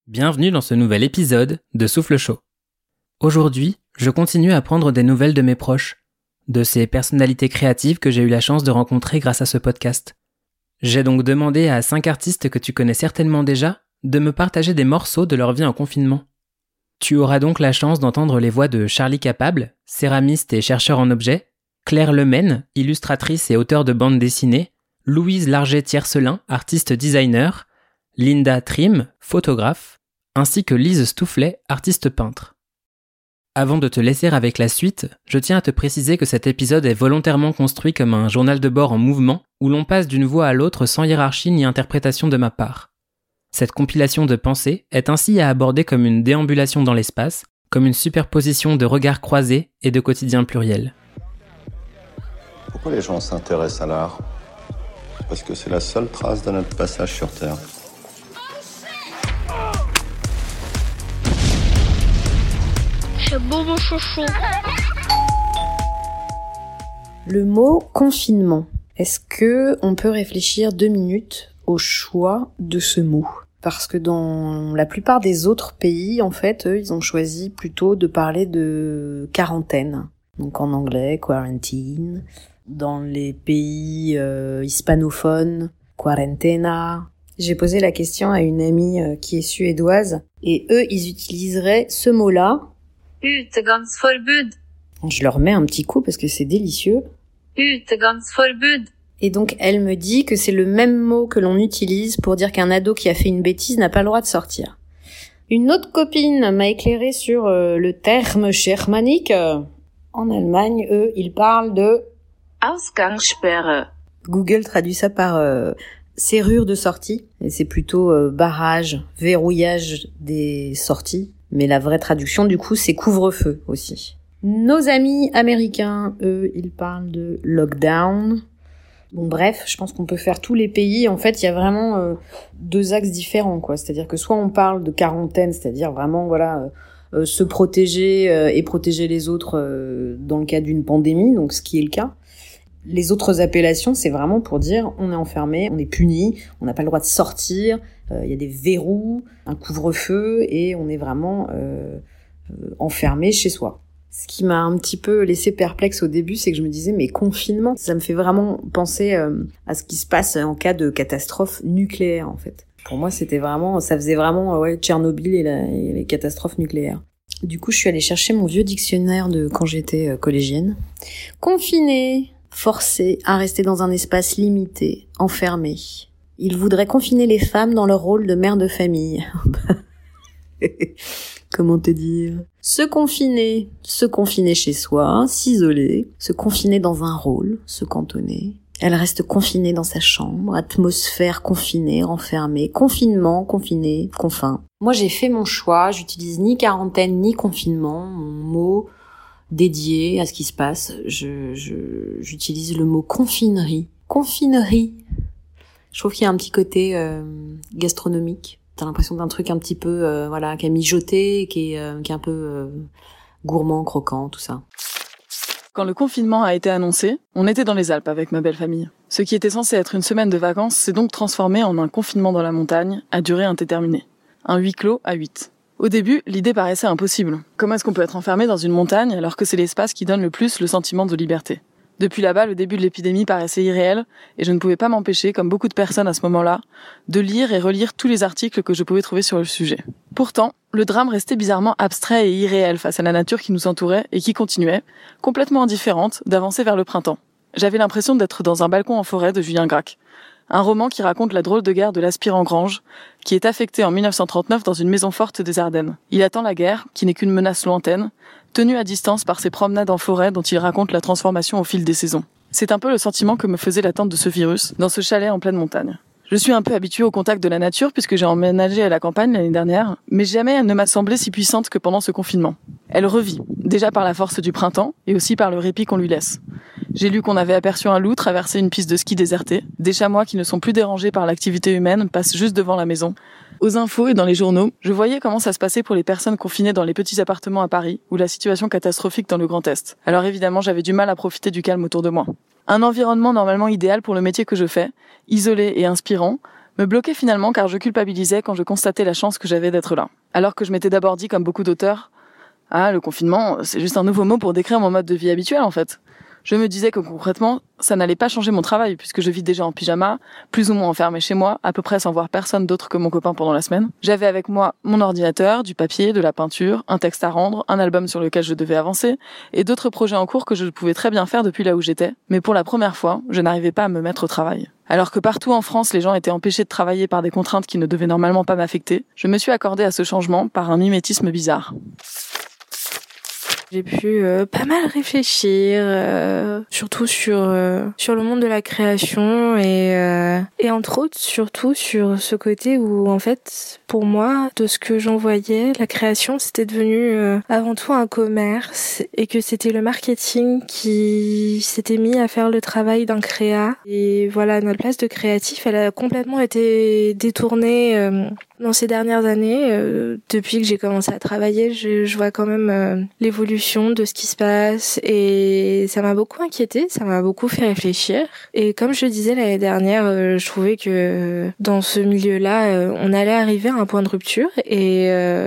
Bienvenue dans ce nouvel épisode de Souffle Chaud. Aujourd'hui, je continue à prendre des nouvelles de mes proches, de ces personnalités créatives que j'ai eu la chance de rencontrer grâce à ce podcast. J'ai donc demandé à 5 artistes que tu connais certainement déjà de me partager des morceaux de leur vie en confinement. Tu auras donc la chance d'entendre les voix de Charlie Capable, céramiste et chercheur en objets, Claire Lemaine, illustratrice et auteure de bande dessinée, Louise Larget-Tiercelin, artiste designer, Linda Trim, photographe, ainsi que Lise Stoufflet, artiste peintre. Avant de te laisser avec la suite, je tiens à te préciser que cet épisode est volontairement construit comme un journal de bord en mouvement où l'on passe d'une voix à l'autre sans hiérarchie ni interprétation de ma part. Cette compilation de pensées est ainsi à aborder comme une déambulation dans l'espace, comme une superposition de regards croisés et de quotidiens pluriels. Pourquoi les gens s'intéressent à l'art ? Parce que c'est la seule trace de notre passage sur Terre. C'est beau mon chouchou. Le mot confinement. Est-ce que on peut réfléchir 2 minutes au choix de ce mot ? Parce que dans la plupart des autres pays, en fait, eux, ils ont choisi plutôt de parler de quarantaine. Donc en anglais, quarantine. Dans les pays hispanophones, quarantena. J'ai posé la question à une amie qui est suédoise et eux, ils utiliseraient ce mot-là. Utegangsforbud. Je leur mets un petit coup parce que c'est délicieux. Utegangsforbud. Et donc elle me dit que c'est le même mot que l'on utilise pour dire qu'un ado qui a fait une bêtise n'a pas le droit de sortir. Une autre copine m'a éclairé sur le terme germanique. En Allemagne, eux, ils parlent de Ausgangssperre. Google traduit ça par serrure de sortie. Et c'est plutôt barrage, verrouillage des sorties. Mais la vraie traduction, du coup, c'est couvre-feu aussi. Nos amis américains, eux, ils parlent de lockdown. Bon, bref, je pense qu'on peut faire tous les pays. En fait, il y a vraiment 2 axes différents, quoi. C'est-à-dire que soit on parle de quarantaine, c'est-à-dire vraiment, voilà, se protéger et protéger les autres dans le cas d'une pandémie, donc ce qui est le cas. Les autres appellations, c'est vraiment pour dire on est enfermé, on est puni, on n'a pas le droit de sortir, il y a des verrous, un couvre-feu et on est vraiment enfermé chez soi. Ce qui m'a un petit peu laissé perplexe au début, c'est que je me disais mais confinement, ça me fait vraiment penser à ce qui se passe en cas de catastrophe nucléaire en fait. Pour moi, c'était vraiment, ça faisait vraiment Tchernobyl et les catastrophes nucléaires. Du coup, je suis allée chercher mon vieux dictionnaire de quand j'étais collégienne. Confiné, forcé à rester dans un espace limité, enfermé. Il voudrait confiner les femmes dans leur rôle de mère de famille. Comment te dire ? Se confiner chez soi, s'isoler, se confiner dans un rôle, se cantonner. Elle reste confinée dans sa chambre, atmosphère confinée, renfermée, confinement, confiné, confin. Moi j'ai fait mon choix, j'utilise ni quarantaine ni confinement, mon mot dédié à ce qui se passe, j'utilise le mot confinerie. Confinerie. Je trouve qu'il y a un petit côté gastronomique. T'as l'impression d'un truc un petit peu, voilà, qui a mijoté, qui est un peu gourmand, croquant, tout ça. Quand le confinement a été annoncé, on était dans les Alpes avec ma belle famille. Ce qui était censé être une semaine de vacances s'est donc transformé en un confinement dans la montagne, à durée indéterminée. Un huis clos à 8. Au début, l'idée paraissait impossible. Comment est-ce qu'on peut être enfermé dans une montagne alors que c'est l'espace qui donne le plus le sentiment de liberté ? Depuis là-bas, le début de l'épidémie paraissait irréel et je ne pouvais pas m'empêcher, comme beaucoup de personnes à ce moment-là, de lire et relire tous les articles que je pouvais trouver sur le sujet. Pourtant, le drame restait bizarrement abstrait et irréel face à la nature qui nous entourait et qui continuait, complètement indifférente, d'avancer vers le printemps. J'avais l'impression d'être dans un balcon en forêt de Julien Gracq. Un roman qui raconte la drôle de guerre de l'aspirant Grange, qui est affecté en 1939 dans une maison forte des Ardennes. Il attend la guerre, qui n'est qu'une menace lointaine, tenu à distance par ses promenades en forêt dont il raconte la transformation au fil des saisons. C'est un peu le sentiment que me faisait l'attente de ce virus, dans ce chalet en pleine montagne. Je suis un peu habituée au contact de la nature puisque j'ai emménagé à la campagne l'année dernière, mais jamais elle ne m'a semblé si puissante que pendant ce confinement. Elle revit, déjà par la force du printemps et aussi par le répit qu'on lui laisse. J'ai lu qu'on avait aperçu un loup traverser une piste de ski désertée. Des chamois qui ne sont plus dérangés par l'activité humaine passent juste devant la maison. Aux infos et dans les journaux, je voyais comment ça se passait pour les personnes confinées dans les petits appartements à Paris ou la situation catastrophique dans le Grand Est. Alors évidemment, j'avais du mal à profiter du calme autour de moi. Un environnement normalement idéal pour le métier que je fais, isolé et inspirant, me bloquait finalement car je culpabilisais quand je constatais la chance que j'avais d'être là. Alors que je m'étais d'abord dit, comme beaucoup d'auteurs, « Ah, le confinement, c'est juste un nouveau mot pour décrire mon mode de vie habituel en fait ». Je me disais que concrètement, ça n'allait pas changer mon travail puisque je vis déjà en pyjama, plus ou moins enfermée chez moi, à peu près sans voir personne d'autre que mon copain pendant la semaine. J'avais avec moi mon ordinateur, du papier, de la peinture, un texte à rendre, un album sur lequel je devais avancer et d'autres projets en cours que je pouvais très bien faire depuis là où j'étais. Mais pour la première fois, je n'arrivais pas à me mettre au travail. Alors que partout en France, les gens étaient empêchés de travailler par des contraintes qui ne devaient normalement pas m'affecter, je me suis accordée à ce changement par un mimétisme bizarre. J'ai pu pas mal réfléchir, surtout sur le monde de la création et entre autres surtout sur ce côté où en fait pour moi de ce que j'en voyais, la création c'était devenu avant tout un commerce et que c'était le marketing qui s'était mis à faire le travail d'un créa et voilà notre place de créatif elle a complètement été détournée dans ces dernières années, depuis que j'ai commencé à travailler, je vois quand même l'évolution de ce qui se passe et ça m'a beaucoup inquiétée, ça m'a beaucoup fait réfléchir. Et comme je le disais l'année dernière, je trouvais que dans ce milieu-là, on allait arriver à un point de rupture et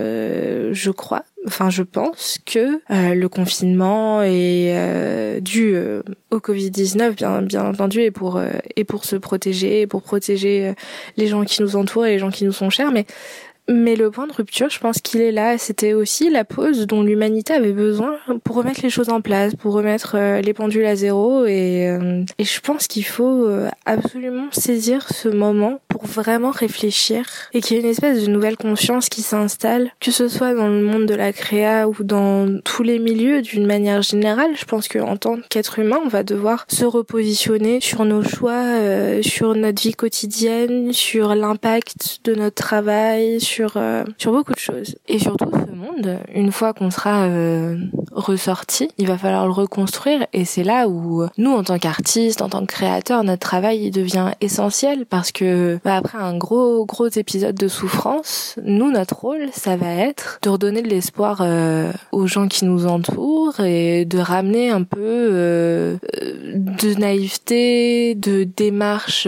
je pense que le confinement est dû au Covid-19 bien entendu et pour se protéger, pour protéger les gens qui nous entourent et les gens qui nous sont chers mais le point de rupture, je pense qu'il est là. C'était aussi la pause dont l'humanité avait besoin pour remettre les choses en place, pour remettre les pendules à zéro. Et je pense qu'il faut absolument saisir ce moment pour vraiment réfléchir et qu'il y ait une espèce de nouvelle conscience qui s'installe, que ce soit dans le monde de la créa ou dans tous les milieux d'une manière générale. Je pense qu'en tant qu'être humain, on va devoir se repositionner sur nos choix, sur notre vie quotidienne, sur l'impact de notre travail, sur beaucoup de choses. Et surtout, ce monde, une fois qu'on sera ressorti, il va falloir le reconstruire et c'est là où nous, en tant qu'artistes, en tant que créateurs, notre travail il devient essentiel parce que après un gros épisode de souffrance, nous, notre rôle, ça va être de redonner de l'espoir aux gens qui nous entourent et de ramener un peu de naïveté, de démarche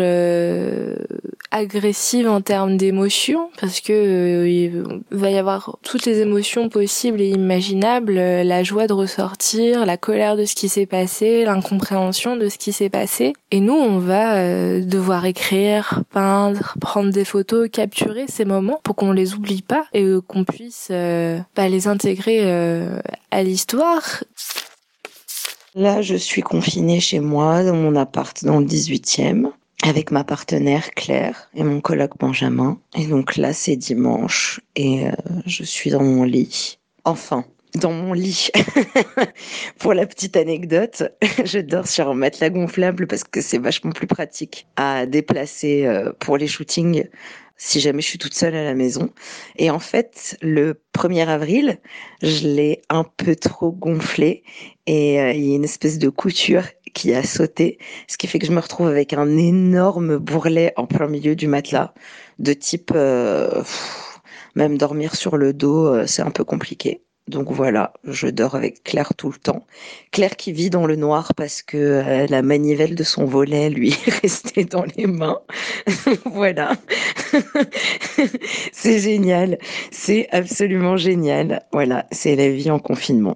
agressive en termes d'émotions parce que il va y avoir toutes les émotions possibles et imaginables, la joie de ressortir, la colère de ce qui s'est passé, l'incompréhension de ce qui s'est passé. Et nous, on va devoir écrire, peindre, prendre des photos, capturer ces moments pour qu'on les oublie pas et qu'on puisse les intégrer à l'histoire. Là, je suis confinée chez moi, dans mon appart, dans le 18e. Avec ma partenaire Claire et mon coloc Benjamin. Et donc là, c'est dimanche et je suis dans mon lit. Enfin, dans mon lit. Pour la petite anecdote, je dors sur un matelas gonflable parce que c'est vachement plus pratique à déplacer pour les shootings si jamais je suis toute seule à la maison. Et en fait, le 1er avril, je l'ai un peu trop gonflé et il y a une espèce de couture qui a sauté, ce qui fait que je me retrouve avec un énorme bourrelet en plein milieu du matelas, de type même dormir sur le dos, c'est un peu compliqué. Donc voilà, je dors avec Claire tout le temps. Claire qui vit dans le noir parce que la manivelle de son volet lui est restée dans les mains. Voilà. C'est génial. C'est absolument génial. Voilà, c'est la vie en confinement.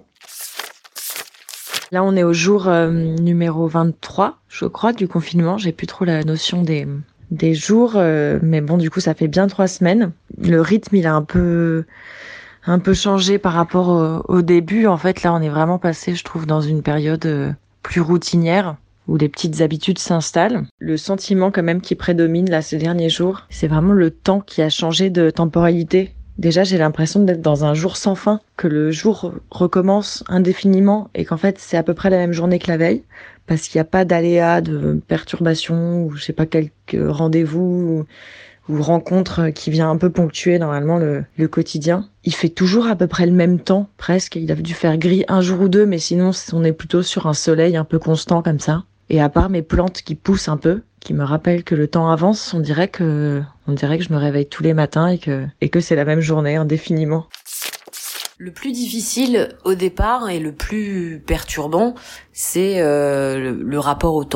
Là, on est au jour numéro 23, je crois, du confinement. J'ai plus trop la notion des jours, mais bon, du coup, ça fait bien 3 semaines. Le rythme, il a un peu changé par rapport au début. En fait, là, on est vraiment passé, je trouve, dans une période plus routinière, où des petites habitudes s'installent. Le sentiment quand même qui prédomine là ces derniers jours, c'est vraiment le temps qui a changé de temporalité. Déjà, j'ai l'impression d'être dans un jour sans fin, que le jour recommence indéfiniment et qu'en fait, c'est à peu près la même journée que la veille, parce qu'il n'y a pas d'aléa, de perturbation ou je sais pas, quelques rendez-vous ou rencontre qui vient un peu ponctuer normalement le quotidien. Il fait toujours à peu près le même temps, presque. Il a dû faire gris un jour ou deux, mais sinon, on est plutôt sur un soleil un peu constant comme ça. Et à part mes plantes qui poussent un peu, qui me rappellent que le temps avance, on dirait que je me réveille tous les matins et que c'est la même journée indéfiniment. Le plus difficile au départ et le plus perturbant, c'est le rapport au temps.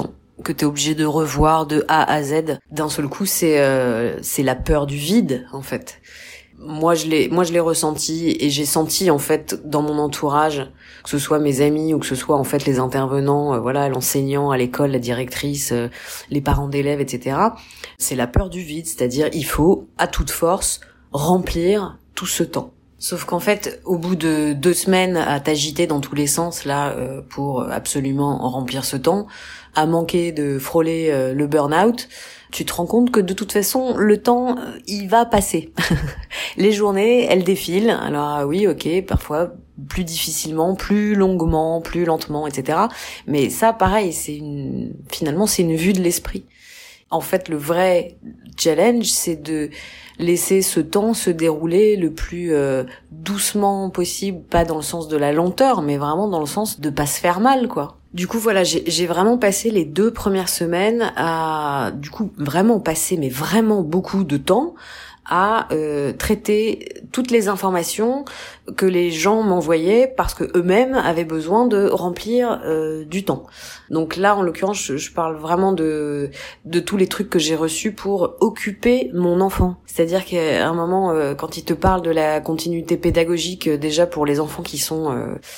que t'es obligé de revoir de A à Z d'un seul coup, c'est la peur du vide en fait. Moi je l'ai ressenti et j'ai senti en fait dans mon entourage, que ce soit mes amis ou que ce soit en fait les intervenants, l'enseignant à l'école, la directrice, les parents d'élèves, etc. C'est la peur du vide, c'est-à-dire il faut à toute force remplir tout ce temps. Sauf qu'en fait, au bout de 2 semaines à t'agiter dans tous les sens là pour absolument remplir ce temps, à manquer de frôler le burn-out, tu te rends compte que de toute façon, le temps, il va passer. Les journées, elles défilent. Alors oui, ok, parfois plus difficilement, plus longuement, plus lentement, etc. Mais ça, pareil, finalement, c'est une vue de l'esprit. En fait, le vrai challenge, c'est de laisser ce temps se dérouler le plus doucement possible, pas dans le sens de la lenteur, mais vraiment dans le sens de pas se faire mal, quoi. Du coup, voilà, j'ai vraiment passé les 2 premières semaines à, du coup, vraiment passer, mais vraiment beaucoup de temps à traiter toutes les informations que les gens m'envoyaient parce que eux-mêmes avaient besoin de remplir du temps. Donc là, en l'occurrence, je parle vraiment de tous les trucs que j'ai reçus pour occuper mon enfant. C'est-à-dire qu'à un moment, quand il te parle de la continuité pédagogique, déjà pour les enfants qui sont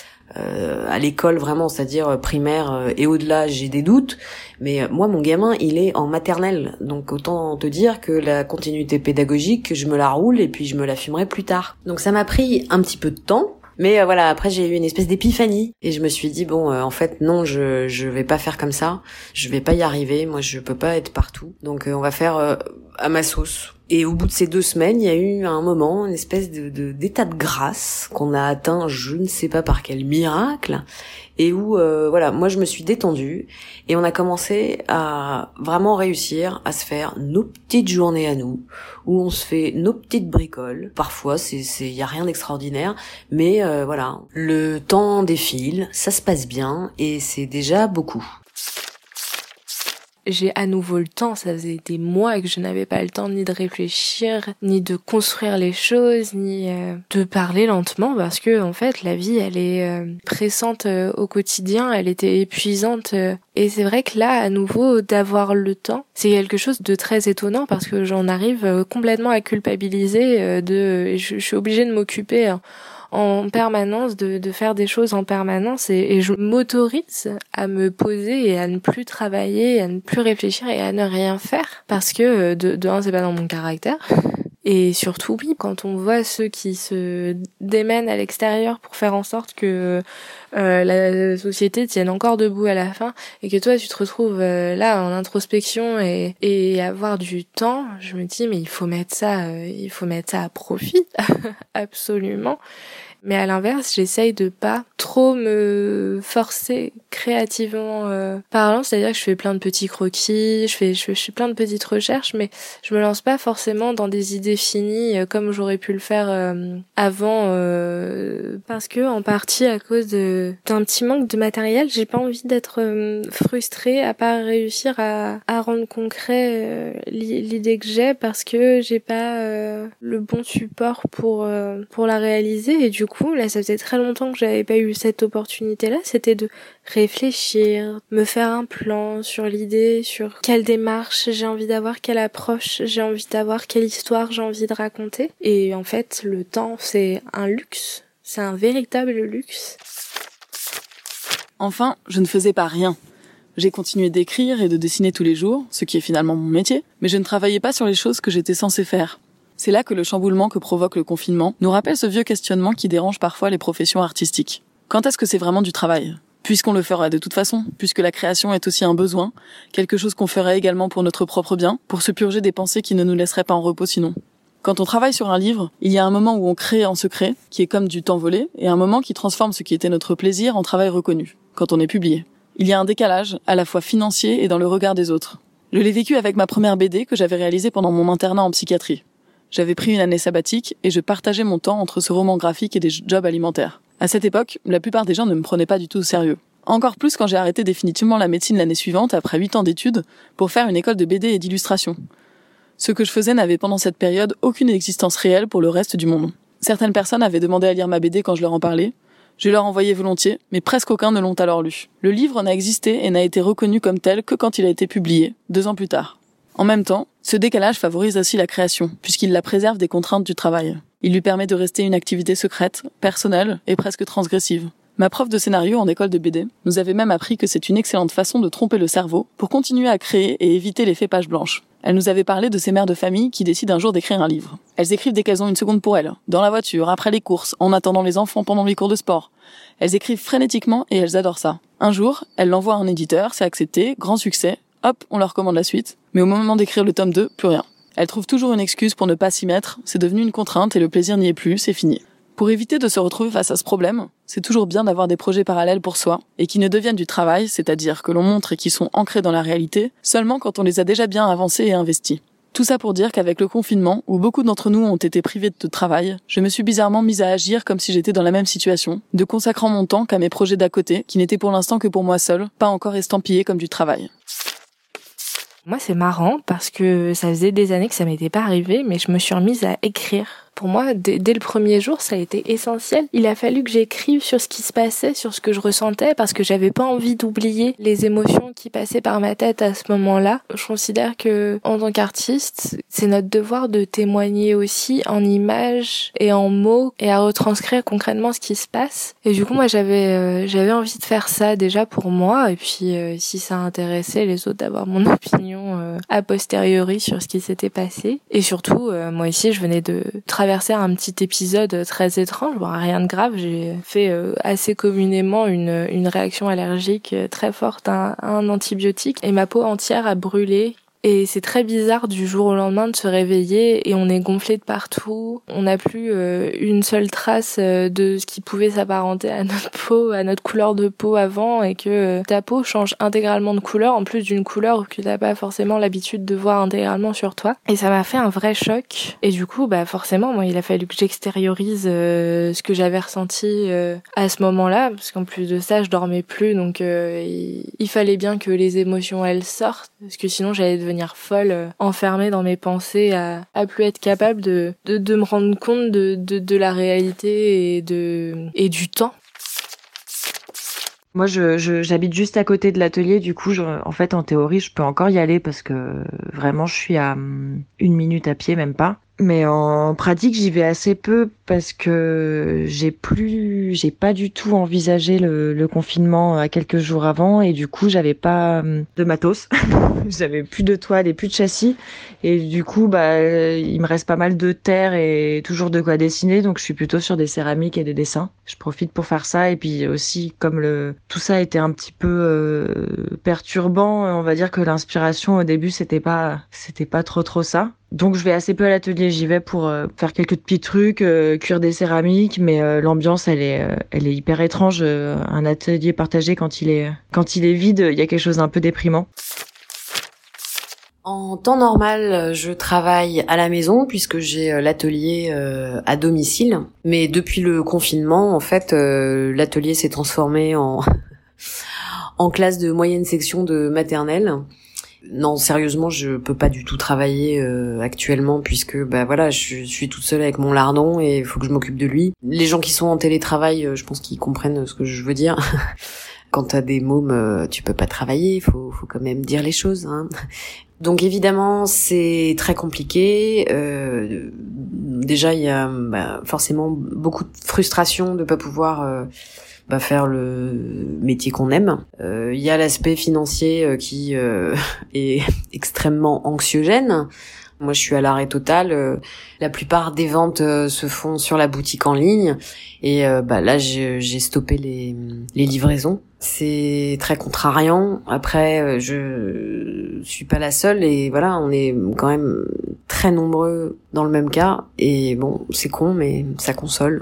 à l'école vraiment, c'est-à-dire primaire et au-delà, j'ai des doutes, mais moi mon gamin il est en maternelle, donc autant te dire que la continuité pédagogique je me la roule et puis je me la fumerai plus tard. Donc ça m'a pris un petit peu de temps, mais voilà, après j'ai eu une espèce d'épiphanie et je me suis dit bon en fait non, je vais pas faire comme ça, je vais pas y arriver, moi je peux pas être partout, donc on va faire à ma sauce. Et au bout de ces 2 semaines, il y a eu un moment, une espèce d'état de grâce qu'on a atteint, je ne sais pas par quel miracle, et où moi je me suis détendue et on a commencé à vraiment réussir à se faire nos petites journées à nous, où on se fait nos petites bricoles. Parfois il y a rien d'extraordinaire, mais voilà, le temps défile, ça se passe bien et c'est déjà beaucoup. J'ai à nouveau le temps, ça faisait des mois que je n'avais pas le temps ni de réfléchir, ni de construire les choses, ni de parler lentement, parce que en fait la vie elle est pressante au quotidien, elle était épuisante, et c'est vrai que là à nouveau d'avoir le temps, c'est quelque chose de très étonnant parce que j'en arrive complètement à culpabiliser je suis obligée de m'occuper en permanence, de faire des choses en permanence, et je m'autorise à me poser et à ne plus travailler, à ne plus réfléchir et à ne rien faire parce que de un, c'est pas dans mon caractère. Et surtout, oui, quand on voit ceux qui se démènent à l'extérieur pour faire en sorte que la société tienne encore debout à la fin, et que toi tu te retrouves là en introspection et avoir du temps, je me dis mais il faut mettre ça à profit absolument. Mais à l'inverse, j'essaye de pas trop me forcer créativement parlant, c'est-à-dire que je fais plein de petits croquis, je fais plein de petites recherches, mais je me lance pas forcément dans des idées finies comme j'aurais pu le faire avant, parce que en partie à cause d'un petit manque de matériel, j'ai pas envie d'être frustrée à pas réussir à rendre concret l'idée que j'ai parce que j'ai pas le bon support pour la réaliser. Et du coup là ça faisait très longtemps que j'avais pas eu cette opportunité là, c'était de réfléchir, me faire un plan sur l'idée, sur quelle démarche j'ai envie d'avoir, quelle approche j'ai envie d'avoir, quelle histoire j'ai envie de raconter. Et en fait le temps c'est un luxe, c'est un véritable luxe. Enfin, je ne faisais pas rien. J'ai continué d'écrire et de dessiner tous les jours, ce qui est finalement mon métier, mais je ne travaillais pas sur les choses que j'étais censée faire. C'est là que le chamboulement que provoque le confinement nous rappelle ce vieux questionnement qui dérange parfois les professions artistiques. Quand est-ce que c'est vraiment du travail ? Puisqu'on le fera de toute façon, puisque la création est aussi un besoin, quelque chose qu'on ferait également pour notre propre bien, pour se purger des pensées qui ne nous laisseraient pas en repos sinon. Quand on travaille sur un livre, il y a un moment où on crée en secret, qui est comme du temps volé, et un moment qui transforme ce qui était notre plaisir en travail reconnu, quand on est publié. Il y a un décalage, à la fois financier et dans le regard des autres. Je l'ai vécu avec ma première BD que j'avais réalisée pendant mon internat en psychiatrie. J'avais pris une année sabbatique et je partageais mon temps entre ce roman graphique et des jobs alimentaires. À cette époque, la plupart des gens ne me prenaient pas du tout au sérieux. Encore plus quand j'ai arrêté définitivement la médecine l'année suivante, après 8 ans d'études, pour faire une école de BD et d'illustration. Ce que je faisais n'avait pendant cette période aucune existence réelle pour le reste du monde. Certaines personnes avaient demandé à lire ma BD quand je leur en parlais. Je leur envoyais volontiers, mais presque aucun ne l'ont alors lu. Le livre n'a existé et n'a été reconnu comme tel que quand il a été publié, 2 ans plus tard. En même temps, ce décalage favorise aussi la création, puisqu'il la préserve des contraintes du travail. Il lui permet de rester une activité secrète, personnelle et presque transgressive. Ma prof de scénario en école de BD nous avait même appris que c'est une excellente façon de tromper le cerveau pour continuer à créer et éviter l'effet page blanche. Elle nous avait parlé de ces mères de famille qui décident un jour d'écrire un livre. Elles écrivent dès qu'elles ont une seconde pour elles, dans la voiture, après les courses, en attendant les enfants pendant les cours de sport. Elles écrivent frénétiquement et elles adorent ça. Un jour, elles l'envoient à un éditeur, c'est accepté, grand succès, hop, on leur commande la suite. Mais au moment d'écrire le tome 2, plus rien. Elles trouvent toujours une excuse pour ne pas s'y mettre, c'est devenu une contrainte et le plaisir n'y est plus, c'est fini. Pour éviter de se retrouver face à ce problème, c'est toujours bien d'avoir des projets parallèles pour soi, et qui ne deviennent du travail, c'est-à-dire que l'on montre et qui sont ancrés dans la réalité, seulement quand on les a déjà bien avancés et investis. Tout ça pour dire qu'avec le confinement, où beaucoup d'entre nous ont été privés de travail, je me suis bizarrement mise à agir comme si j'étais dans la même situation, de consacrant mon temps qu'à mes projets d'à côté, qui n'étaient pour l'instant que pour moi seule, pas encore estampillés comme du travail. Moi, c'est marrant parce que ça faisait des années que ça m'était pas arrivé, mais je me suis remise à écrire. Pour moi, dès le premier jour, ça a été essentiel. Il a fallu que j'écrive sur ce qui se passait, sur ce que je ressentais, parce que j'avais pas envie d'oublier les émotions qui passaient par ma tête à ce moment-là. Je considère que, en tant qu'artiste, c'est notre devoir de témoigner aussi en images et en mots et à retranscrire concrètement ce qui se passe. Et du coup, moi, j'avais envie de faire ça déjà pour moi, et puis si ça intéressait les autres d'avoir mon opinion a posteriori sur ce qui s'était passé. Et surtout, moi ici, je venais de traverser un petit épisode très étrange, bon, rien de grave. J'ai fait assez communément une réaction allergique très forte à un antibiotique et ma peau entière a brûlé. Et c'est très bizarre du jour au lendemain de se réveiller et on est gonflé de partout. On n'a plus une seule trace de ce qui pouvait s'apparenter à notre peau, à notre couleur de peau avant, et que ta peau change intégralement de couleur, en plus d'une couleur que t'as pas forcément l'habitude de voir intégralement sur toi. Et ça m'a fait un vrai choc. Et du coup, forcément, moi, il a fallu que j'extériorise ce que j'avais ressenti à ce moment-là, parce qu'en plus de ça, je dormais plus, donc il fallait bien que les émotions elles sortent, parce que sinon j'allais devenir folle, enfermée dans mes pensées, à plus être capable de me rendre compte de la réalité et du temps. Moi, j'habite juste à côté de l'atelier, du coup, en fait, en théorie, je peux encore y aller parce que vraiment, je suis à 1 minute à pied, même pas. Mais en pratique, j'y vais assez peu parce que j'ai pas du tout envisagé le confinement à quelques jours avant et du coup, j'avais pas de matos. J'avais plus de toile et plus de châssis et du coup, il me reste pas mal de terre et toujours de quoi dessiner, donc je suis plutôt sur des céramiques et des dessins. Je profite pour faire ça et puis aussi comme tout ça était un petit peu perturbant, on va dire que l'inspiration au début c'était pas trop ça. Donc je vais assez peu à l'atelier, j'y vais pour faire quelques petits trucs, cuire des céramiques, mais l'ambiance elle est hyper étrange. Un atelier partagé quand il est vide, il y a quelque chose d'un peu déprimant. En temps normal, je travaille à la maison puisque j'ai l'atelier à domicile. Mais depuis le confinement, en fait, l'atelier s'est transformé en classe de moyenne section de maternelle. Non, sérieusement, je peux pas du tout travailler actuellement puisque je suis toute seule avec mon lardon et il faut que je m'occupe de lui. Les gens qui sont en télétravail, je pense qu'ils comprennent ce que je veux dire. Quand t'as des mômes, tu peux pas travailler, faut quand même dire les choses, hein. Donc évidemment, c'est très compliqué. Déjà, il y a forcément beaucoup de frustration de pas pouvoir faire le métier qu'on aime. Il y a l'aspect financier qui est extrêmement anxiogène. Moi, je suis à l'arrêt total. La plupart des ventes se font sur la boutique en ligne. Et là, j'ai stoppé les livraisons. C'est très contrariant. Après, je suis pas la seule. Et voilà, on est quand même très nombreux dans le même cas. Et bon, c'est con, mais ça console.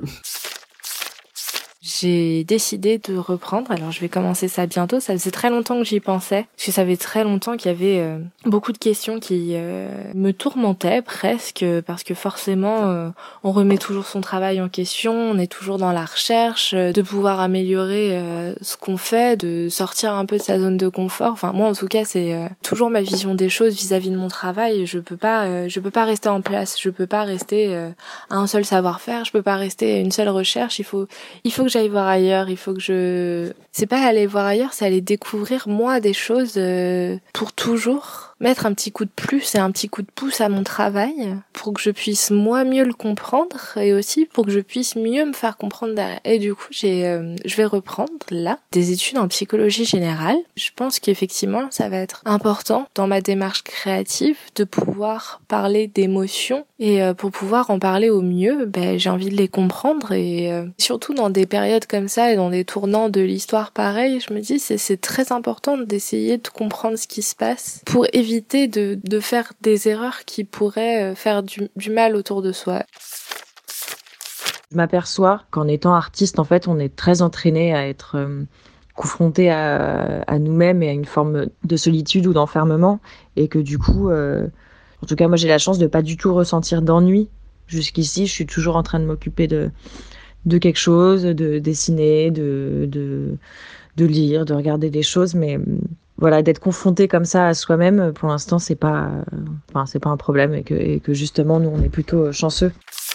J'ai décidé de reprendre, alors je vais commencer ça bientôt, ça faisait très longtemps que j'y pensais, parce que ça fait très longtemps qu'il y avait beaucoup de questions qui me tourmentaient presque, parce que forcément on remet toujours son travail en question, on est toujours dans la recherche, de pouvoir améliorer ce qu'on fait, de sortir un peu de sa zone de confort. Enfin moi en tout cas c'est toujours ma vision des choses vis-à-vis de mon travail, je peux pas rester en place, je peux pas rester à un seul savoir-faire, je peux pas rester à une seule recherche, il faut que j'aille voir ailleurs, c'est pas aller voir ailleurs, c'est aller découvrir moi des choses pour toujours. Mettre un petit coup de plus et un petit coup de pouce à mon travail pour que je puisse moi mieux le comprendre et aussi pour que je puisse mieux me faire comprendre derrière. Et du coup, je vais reprendre là des études en psychologie générale. Je pense qu'effectivement, ça va être important dans ma démarche créative de pouvoir parler d'émotions et pour pouvoir en parler au mieux, j'ai envie de les comprendre et surtout dans des périodes comme ça et dans des tournants de l'histoire pareils, je me dis c'est très important d'essayer de comprendre ce qui se passe pour éviter de faire des erreurs qui pourraient faire du mal autour de soi. Je m'aperçois qu'en étant artiste, en fait, on est très entraîné à être confronté à nous-mêmes et à une forme de solitude ou d'enfermement, et que du coup, en tout cas, moi, j'ai la chance de pas du tout ressentir d'ennui. Jusqu'ici, je suis toujours en train de m'occuper de quelque chose, de dessiner, de lire, de regarder des choses, mais voilà, d'être confronté comme ça à soi-même, pour l'instant, c'est pas un problème et que justement, nous, on est plutôt chanceux.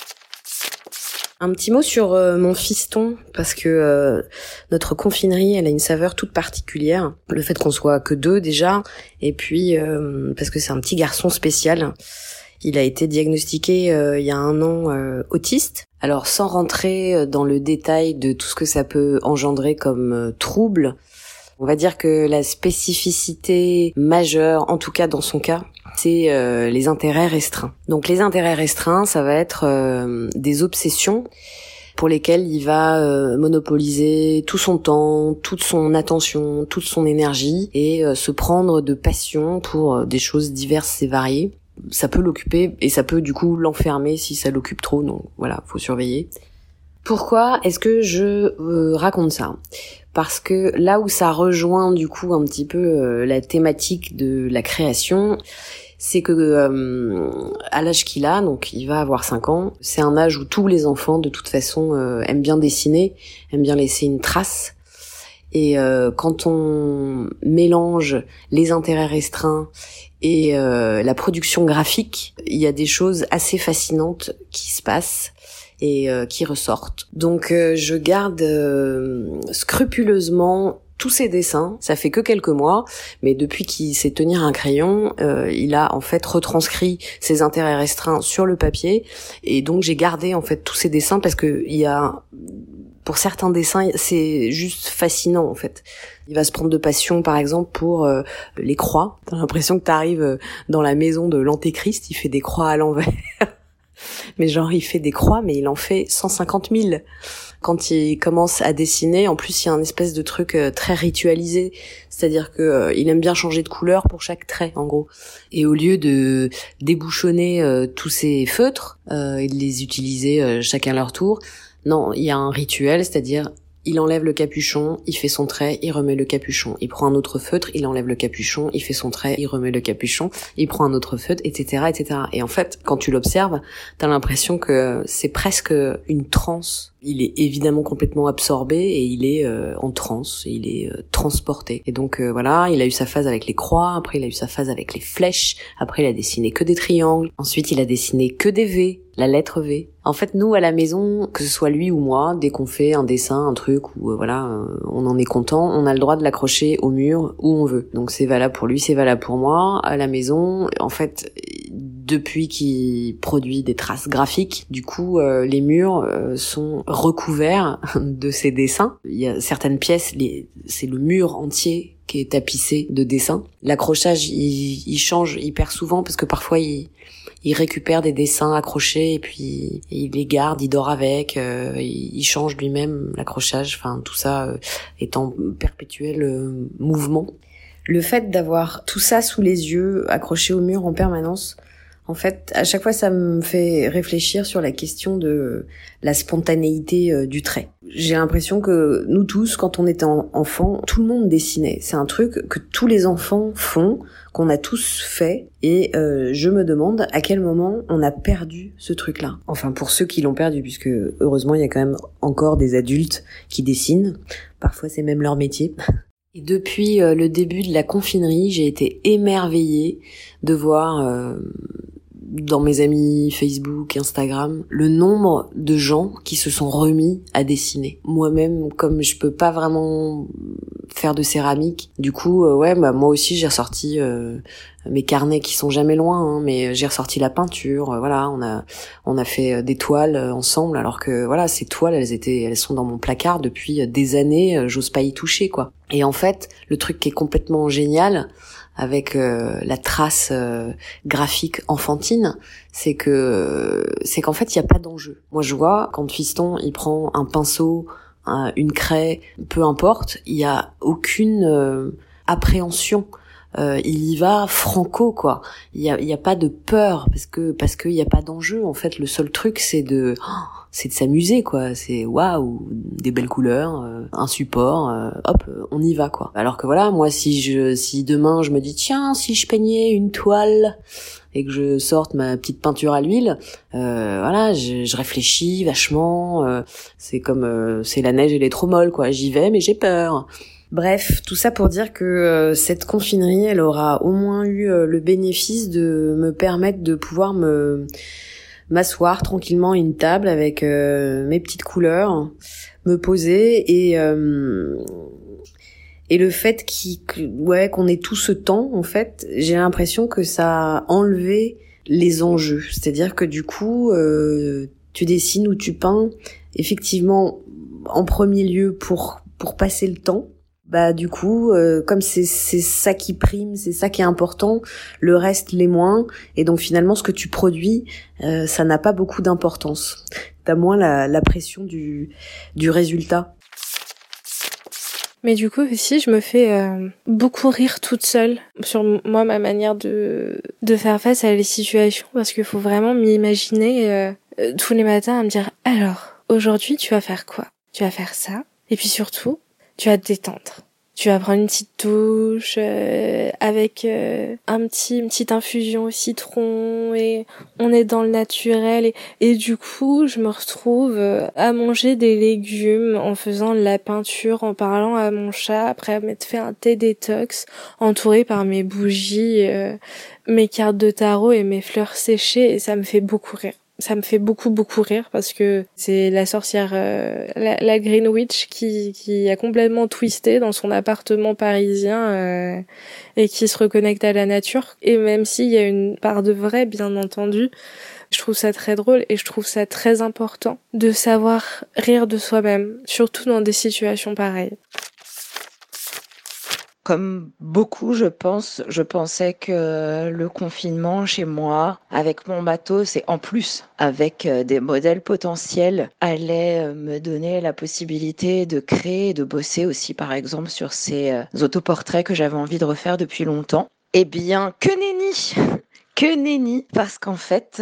Un petit mot sur mon fiston, parce que notre confinerie, elle a une saveur toute particulière. Le fait qu'on soit que 2 déjà, et puis parce que c'est un petit garçon spécial. Il a été diagnostiqué il y a 1 an autiste. Alors sans rentrer dans le détail de tout ce que ça peut engendrer comme trouble, on va dire que la spécificité majeure, en tout cas dans son cas, c'est les intérêts restreints. Donc les intérêts restreints, ça va être des obsessions pour lesquelles il va monopoliser tout son temps, toute son attention, toute son énergie et se prendre de passion pour des choses diverses et variées. Ça peut l'occuper et ça peut du coup l'enfermer si ça l'occupe trop, donc voilà, faut surveiller. Pourquoi est-ce que je raconte ça ? Parce que là où ça rejoint du coup un petit peu la thématique de la création, c'est que à l'âge qu'il a, donc il va avoir 5 ans, c'est un âge où tous les enfants de toute façon aiment bien dessiner, aiment bien laisser une trace. Et quand on mélange les intérêts restreints et la production graphique, il y a des choses assez fascinantes qui se passent et qui ressortent. Donc je garde scrupuleusement tous ses dessins. Ça fait que quelques mois, mais depuis qu'il sait tenir un crayon, il a en fait retranscrit ses intérêts restreints sur le papier, et donc j'ai gardé en fait tous ses dessins parce que il y a, pour certains dessins, c'est juste fascinant en fait. Il va se prendre de passion par exemple pour les croix. T'as l'impression que t'arrives dans la maison de l'Antéchrist, il fait des croix à l'envers. Mais genre il fait des croix, mais il en fait 150 000. Quand il commence à dessiner, en plus il y a un espèce de truc très ritualisé, c'est-à-dire que il aime bien changer de couleur pour chaque trait en gros. Et au lieu de débouchonner tous ses feutres et de les utiliser chacun leur tour, non, il y a un rituel, c'est-à-dire il enlève le capuchon, il fait son trait, il remet le capuchon. Il prend un autre feutre, il enlève le capuchon, il fait son trait, il remet le capuchon, il prend un autre feutre, etc., etc. Et en fait, quand tu l'observes, t'as l'impression que c'est presque une transe. Il est évidemment complètement absorbé et il est en transe, il est transporté. Et donc voilà, il a eu sa phase avec les croix, après il a eu sa phase avec les flèches, après il a dessiné que des triangles, ensuite il a dessiné que des V, la lettre V. En fait, nous, à la maison, que ce soit lui ou moi, dès qu'on fait un dessin, un truc, ou on en est content, on a le droit de l'accrocher au mur où on veut. Donc c'est valable pour lui, c'est valable pour moi. À la maison, en fait, depuis qu'il produit des traces graphiques, du coup, les murs sont recouverts de ses dessins. Il y a certaines pièces, c'est le mur entier qui est tapissé de dessins. L'accrochage, il change hyper souvent parce que parfois il récupère des dessins accrochés et puis il les garde, il dort avec, il change lui-même l'accrochage, enfin tout ça est en perpétuel mouvement. Le fait d'avoir tout ça sous les yeux, accroché au mur en permanence, en fait, à chaque fois, ça me fait réfléchir sur la question de la spontanéité du trait. J'ai l'impression que nous tous, quand on était enfants, tout le monde dessinait. C'est un truc que tous les enfants font, qu'on a tous fait, et je me demande à quel moment on a perdu ce truc-là. Enfin, pour ceux qui l'ont perdu, puisque heureusement, il y a quand même encore des adultes qui dessinent. Parfois, c'est même leur métier. Et depuis le début de la confinerie, j'ai été émerveillée de voir dans mes amis Facebook, Instagram, le nombre de gens qui se sont remis à dessiner. Moi-même, comme je peux pas vraiment faire de céramique, du coup, moi aussi j'ai ressorti mes carnets qui sont jamais loin, hein, mais j'ai ressorti la peinture. Voilà, on a fait des toiles ensemble, alors que voilà, ces toiles, elles sont dans mon placard depuis des années. J'ose pas y toucher, quoi. Et en fait, le truc qui est complètement génial avec la trace graphique enfantine, c'est qu'en fait il y a pas d'enjeu. Moi je vois quand Fiston il prend un pinceau, une craie, peu importe, il y a aucune appréhension. Il y va franco, quoi. Il y a pas de peur parce que il y a pas d'enjeu. En fait, le seul truc c'est de s'amuser, quoi. C'est waouh, des belles couleurs, un support, hop, on y va, quoi. Alors que voilà, moi si demain je me dis tiens, si je peignais une toile et que je sorte ma petite peinture à l'huile, voilà, je réfléchis vachement. C'est comme c'est la neige, elle est trop molle, quoi. J'y vais, mais j'ai peur. Bref, tout ça pour dire que cette confinerie, elle aura au moins eu le bénéfice de me permettre de pouvoir m'asseoir tranquillement à une table avec mes petites couleurs, me poser et le fait qu'on ait tout ce temps, en fait, j'ai l'impression que ça a enlevé les enjeux. C'est-à-dire que du coup, tu dessines ou tu peins effectivement en premier lieu pour passer le temps. Bah du coup, comme c'est ça qui prime, c'est ça qui est important, le reste l'est moins, et donc finalement ce que tu produis, ça n'a pas beaucoup d'importance. T'as moins la pression du résultat. Mais du coup aussi, je me fais beaucoup rire toute seule sur moi, ma manière de faire face à les situations, parce qu'il faut vraiment m'imaginer tous les matins à me dire alors aujourd'hui tu vas faire quoi ? Tu vas faire ça, et puis surtout tu vas te détendre. Tu vas prendre une petite douche avec une petite infusion au citron, et on est dans le naturel, et du coup je me retrouve à manger des légumes en faisant de la peinture, en parlant à mon chat après m'être fait un thé détox, entourée par mes bougies, mes cartes de tarot et mes fleurs séchées, et ça me fait beaucoup rire. Ça me fait beaucoup rire parce que c'est la sorcière, la Green Witch qui a complètement twisté dans son appartement parisien et qui se reconnecte à la nature. Et même s'il y a une part de vrai, bien entendu, je trouve ça très drôle et je trouve ça très important de savoir rire de soi-même, surtout dans des situations pareilles. Comme beaucoup, je pensais que le confinement chez moi, avec mon matos et en plus avec des modèles potentiels, allait me donner la possibilité de créer et de bosser aussi, par exemple, sur ces autoportraits que j'avais envie de refaire depuis longtemps. Eh bien, que nenni! Que nenni! Parce qu'en fait,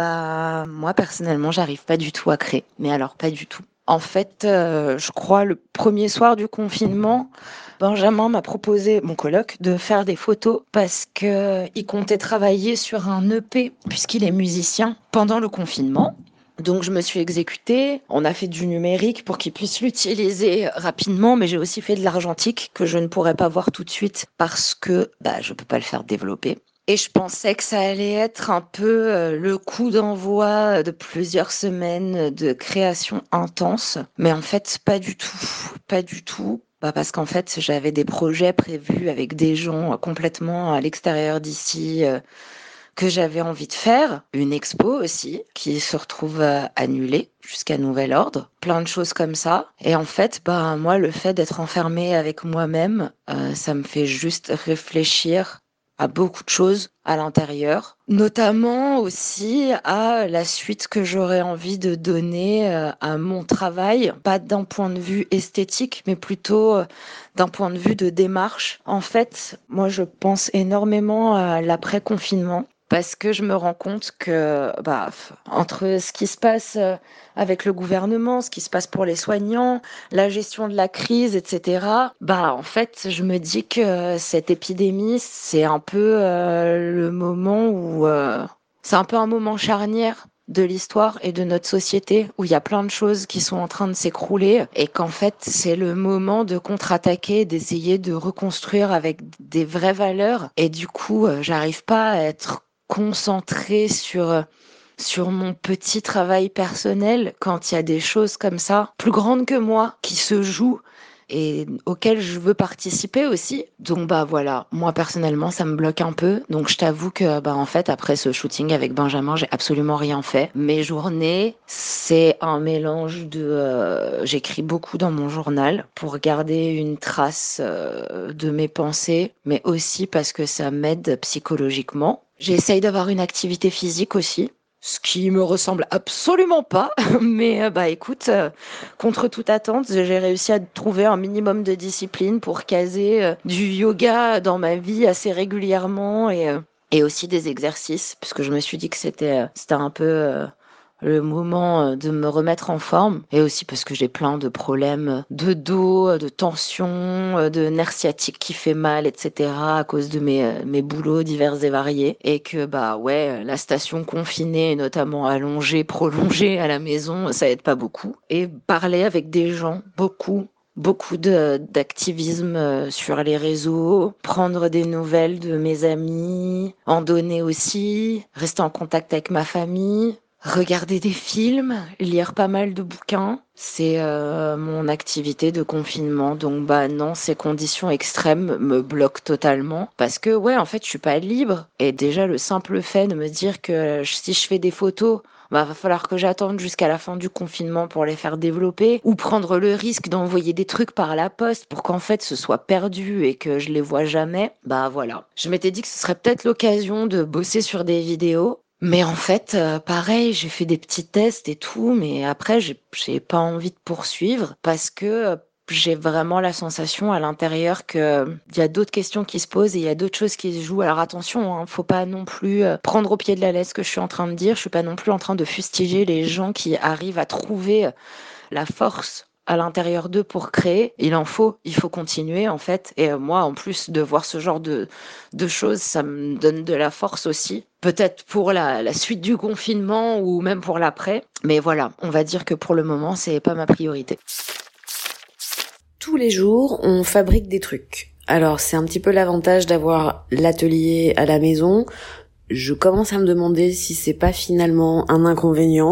moi personnellement, j'arrive pas du tout à créer. Mais alors, pas du tout. En fait, je crois le premier soir du confinement, Benjamin m'a proposé, mon coloc, de faire des photos parce que il comptait travailler sur un EP puisqu'il est musicien pendant le confinement. Donc je me suis exécutée, on a fait du numérique pour qu'il puisse l'utiliser rapidement, mais j'ai aussi fait de l'argentique que je ne pourrais pas voir tout de suite parce que je peux pas le faire développer. Et je pensais que ça allait être un peu le coup d'envoi de plusieurs semaines de création intense. Mais en fait, pas du tout. Pas du tout. Parce qu'en fait, j'avais des projets prévus avec des gens complètement à l'extérieur d'ici que j'avais envie de faire. Une expo aussi qui se retrouve annulée jusqu'à nouvel ordre. Plein de choses comme ça. Et en fait, moi, le fait d'être enfermée avec moi-même, ça me fait juste réfléchir à beaucoup de choses à l'intérieur, notamment aussi à la suite que j'aurais envie de donner à mon travail, pas d'un point de vue esthétique, mais plutôt d'un point de vue de démarche. En fait, moi, je pense énormément à l'après-confinement, parce que je me rends compte que entre ce qui se passe avec le gouvernement, ce qui se passe pour les soignants, la gestion de la crise, etc., en fait, je me dis que cette épidémie, c'est un peu le moment où c'est un peu un moment charnière de l'histoire et de notre société où il y a plein de choses qui sont en train de s'écrouler et qu'en fait c'est le moment de contre-attaquer, d'essayer de reconstruire avec des vraies valeurs, et du coup j'arrive pas à être concentrée sur mon petit travail personnel quand il y a des choses comme ça, plus grandes que moi, qui se jouent et auxquelles je veux participer aussi. Donc voilà, moi personnellement ça me bloque un peu. Donc je t'avoue que en fait après ce shooting avec Benjamin, j'ai absolument rien fait. Mes journées, c'est un mélange de j'écris beaucoup dans mon journal pour garder une trace de mes pensées, mais aussi parce que ça m'aide psychologiquement. J'essaye d'avoir une activité physique aussi. Ce qui me ressemble absolument pas, mais écoute, contre toute attente, j'ai réussi à trouver un minimum de discipline pour caser du yoga dans ma vie assez régulièrement et aussi des exercices, puisque je me suis dit que c'était un peu le moment de me remettre en forme, et aussi parce que j'ai plein de problèmes de dos, de tension, de nerfs sciatiques qui fait mal, etc. à cause de mes boulots divers et variés, et que la station confinée, notamment allongée, prolongée à la maison, ça aide pas beaucoup. Et parler avec des gens, beaucoup d'activisme sur les réseaux, prendre des nouvelles de mes amis, en donner aussi, rester en contact avec ma famille, regarder des films, lire pas mal de bouquins, c'est mon activité de confinement. Donc non, ces conditions extrêmes me bloquent totalement parce que en fait, je suis pas libre. Et déjà le simple fait de me dire que si je fais des photos, va falloir que j'attende jusqu'à la fin du confinement pour les faire développer, ou prendre le risque d'envoyer des trucs par la poste pour qu'en fait ce soit perdu et que je les vois jamais. Voilà. Je m'étais dit que ce serait peut-être l'occasion de bosser sur des vidéos. Mais en fait, pareil, j'ai fait des petits tests et tout, mais après, j'ai pas envie de poursuivre parce que j'ai vraiment la sensation à l'intérieur que il y a d'autres questions qui se posent et il y a d'autres choses qui se jouent. Alors attention, faut pas non plus prendre au pied de la lettre ce que je suis en train de dire. Je suis pas non plus en train de fustiger les gens qui arrivent à trouver la force à l'intérieur d'eux pour créer. Il faut continuer en fait. Et moi, en plus de voir ce genre de choses, ça me donne de la force aussi. Peut-être pour la suite du confinement ou même pour l'après. Mais voilà, on va dire que pour le moment, c'est pas ma priorité. Tous les jours, on fabrique des trucs. Alors, c'est un petit peu l'avantage d'avoir l'atelier à la maison. Je commence à me demander si c'est pas finalement un inconvénient.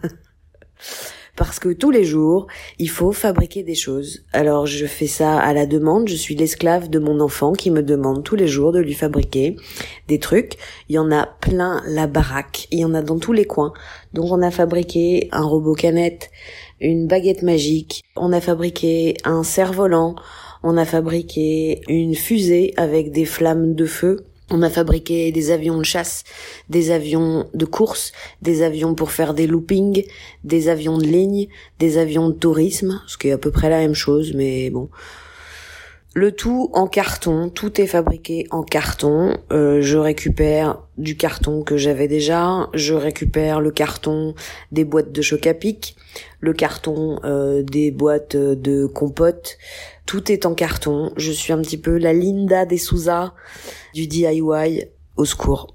Parce que tous les jours, il faut fabriquer des choses. Alors je fais ça à la demande, je suis l'esclave de mon enfant qui me demande tous les jours de lui fabriquer des trucs. Il y en a plein la baraque, il y en a dans tous les coins. Donc on a fabriqué un robot canette, une baguette magique, on a fabriqué un cerf-volant, on a fabriqué une fusée avec des flammes de feu. On a fabriqué des avions de chasse, des avions de course, des avions pour faire des loopings, des avions de ligne, des avions de tourisme, ce qui est à peu près la même chose, mais bon. Le tout en carton, tout est fabriqué en carton. Je récupère du carton que j'avais déjà, je récupère le carton des boîtes de choc à pic, le carton des boîtes de compote. Tout est en carton. Je suis un petit peu la Linda de Souza du DIY. Au secours.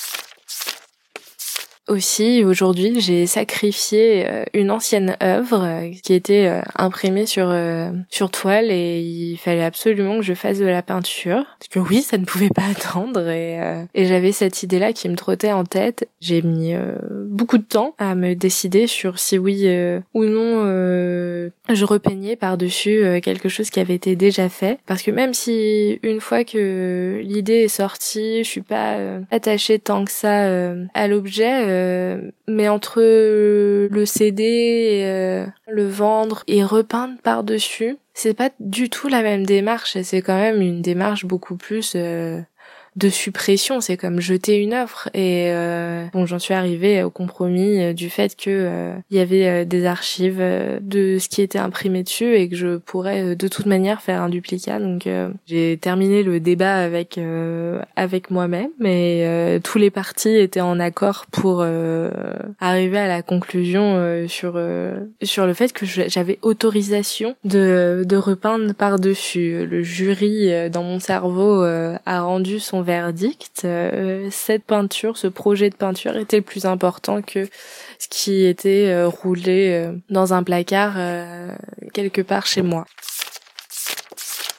Aussi, aujourd'hui, j'ai sacrifié une ancienne œuvre qui était imprimée sur toile et il fallait absolument que je fasse de la peinture. Parce que oui, ça ne pouvait pas attendre et j'avais cette idée-là qui me trottait en tête. J'ai mis beaucoup de temps à me décider sur si oui ou non je repeignais par-dessus quelque chose qui avait été déjà fait. Parce que même si une fois que l'idée est sortie, je suis pas attachée tant que ça à l'objet, mais entre le CD et le vendre et repeindre par-dessus, c'est pas du tout la même démarche. C'est quand même une démarche beaucoup plus de suppression. C'est comme jeter une œuvre. Et j'en suis arrivée au compromis du fait que il y avait des archives de ce qui était imprimé dessus et que je pourrais de toute manière faire un duplicat. Donc j'ai terminé le débat avec moi-même, mais tous les partis étaient en accord pour arriver à la conclusion sur le fait que j'avais autorisation de repeindre par-dessus. Le jury dans mon cerveau a rendu son verdict. Cette peinture, ce projet de peinture était le plus important que ce qui était roulé dans un placard quelque part chez moi.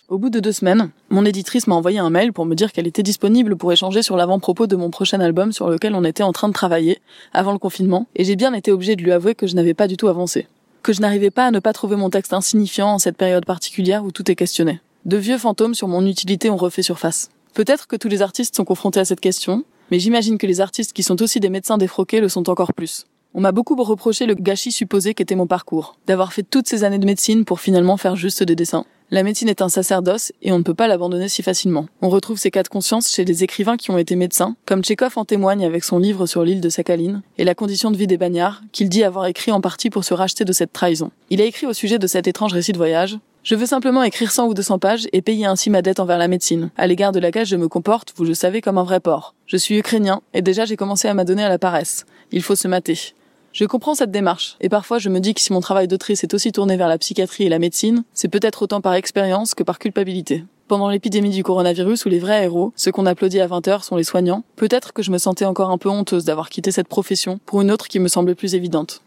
Au bout de 2 semaines, mon éditrice m'a envoyé un mail pour me dire qu'elle était disponible pour échanger sur l'avant-propos de mon prochain album sur lequel on était en train de travailler, avant le confinement, et j'ai bien été obligée de lui avouer que je n'avais pas du tout avancé. Que je n'arrivais pas à ne pas trouver mon texte insignifiant en cette période particulière où tout est questionné. De vieux fantômes sur mon utilité ont refait surface. Peut-être que tous les artistes sont confrontés à cette question, mais j'imagine que les artistes qui sont aussi des médecins défroqués le sont encore plus. On m'a beaucoup reproché le gâchis supposé qu'était mon parcours, d'avoir fait toutes ces années de médecine pour finalement faire juste des dessins. La médecine est un sacerdoce et on ne peut pas l'abandonner si facilement. On retrouve ces cas de conscience chez les écrivains qui ont été médecins, comme Tchekhov en témoigne avec son livre sur l'île de Sakhaline et la condition de vie des bagnards, qu'il dit avoir écrit en partie pour se racheter de cette trahison. Il a écrit au sujet de cet étrange récit de voyage: « Je veux simplement écrire 100 ou 200 pages et payer ainsi ma dette envers la médecine, à l'égard de laquelle je me comporte, vous le savez, comme un vrai porc. Je suis ukrainien et déjà j'ai commencé à m'adonner à la paresse. Il faut se mater. » Je comprends cette démarche, et parfois je me dis que si mon travail d'autrice est aussi tourné vers la psychiatrie et la médecine, c'est peut-être autant par expérience que par culpabilité. Pendant l'épidémie du coronavirus où les vrais héros, ceux qu'on applaudit à 20h, sont les soignants, peut-être que je me sentais encore un peu honteuse d'avoir quitté cette profession pour une autre qui me semblait plus évidente.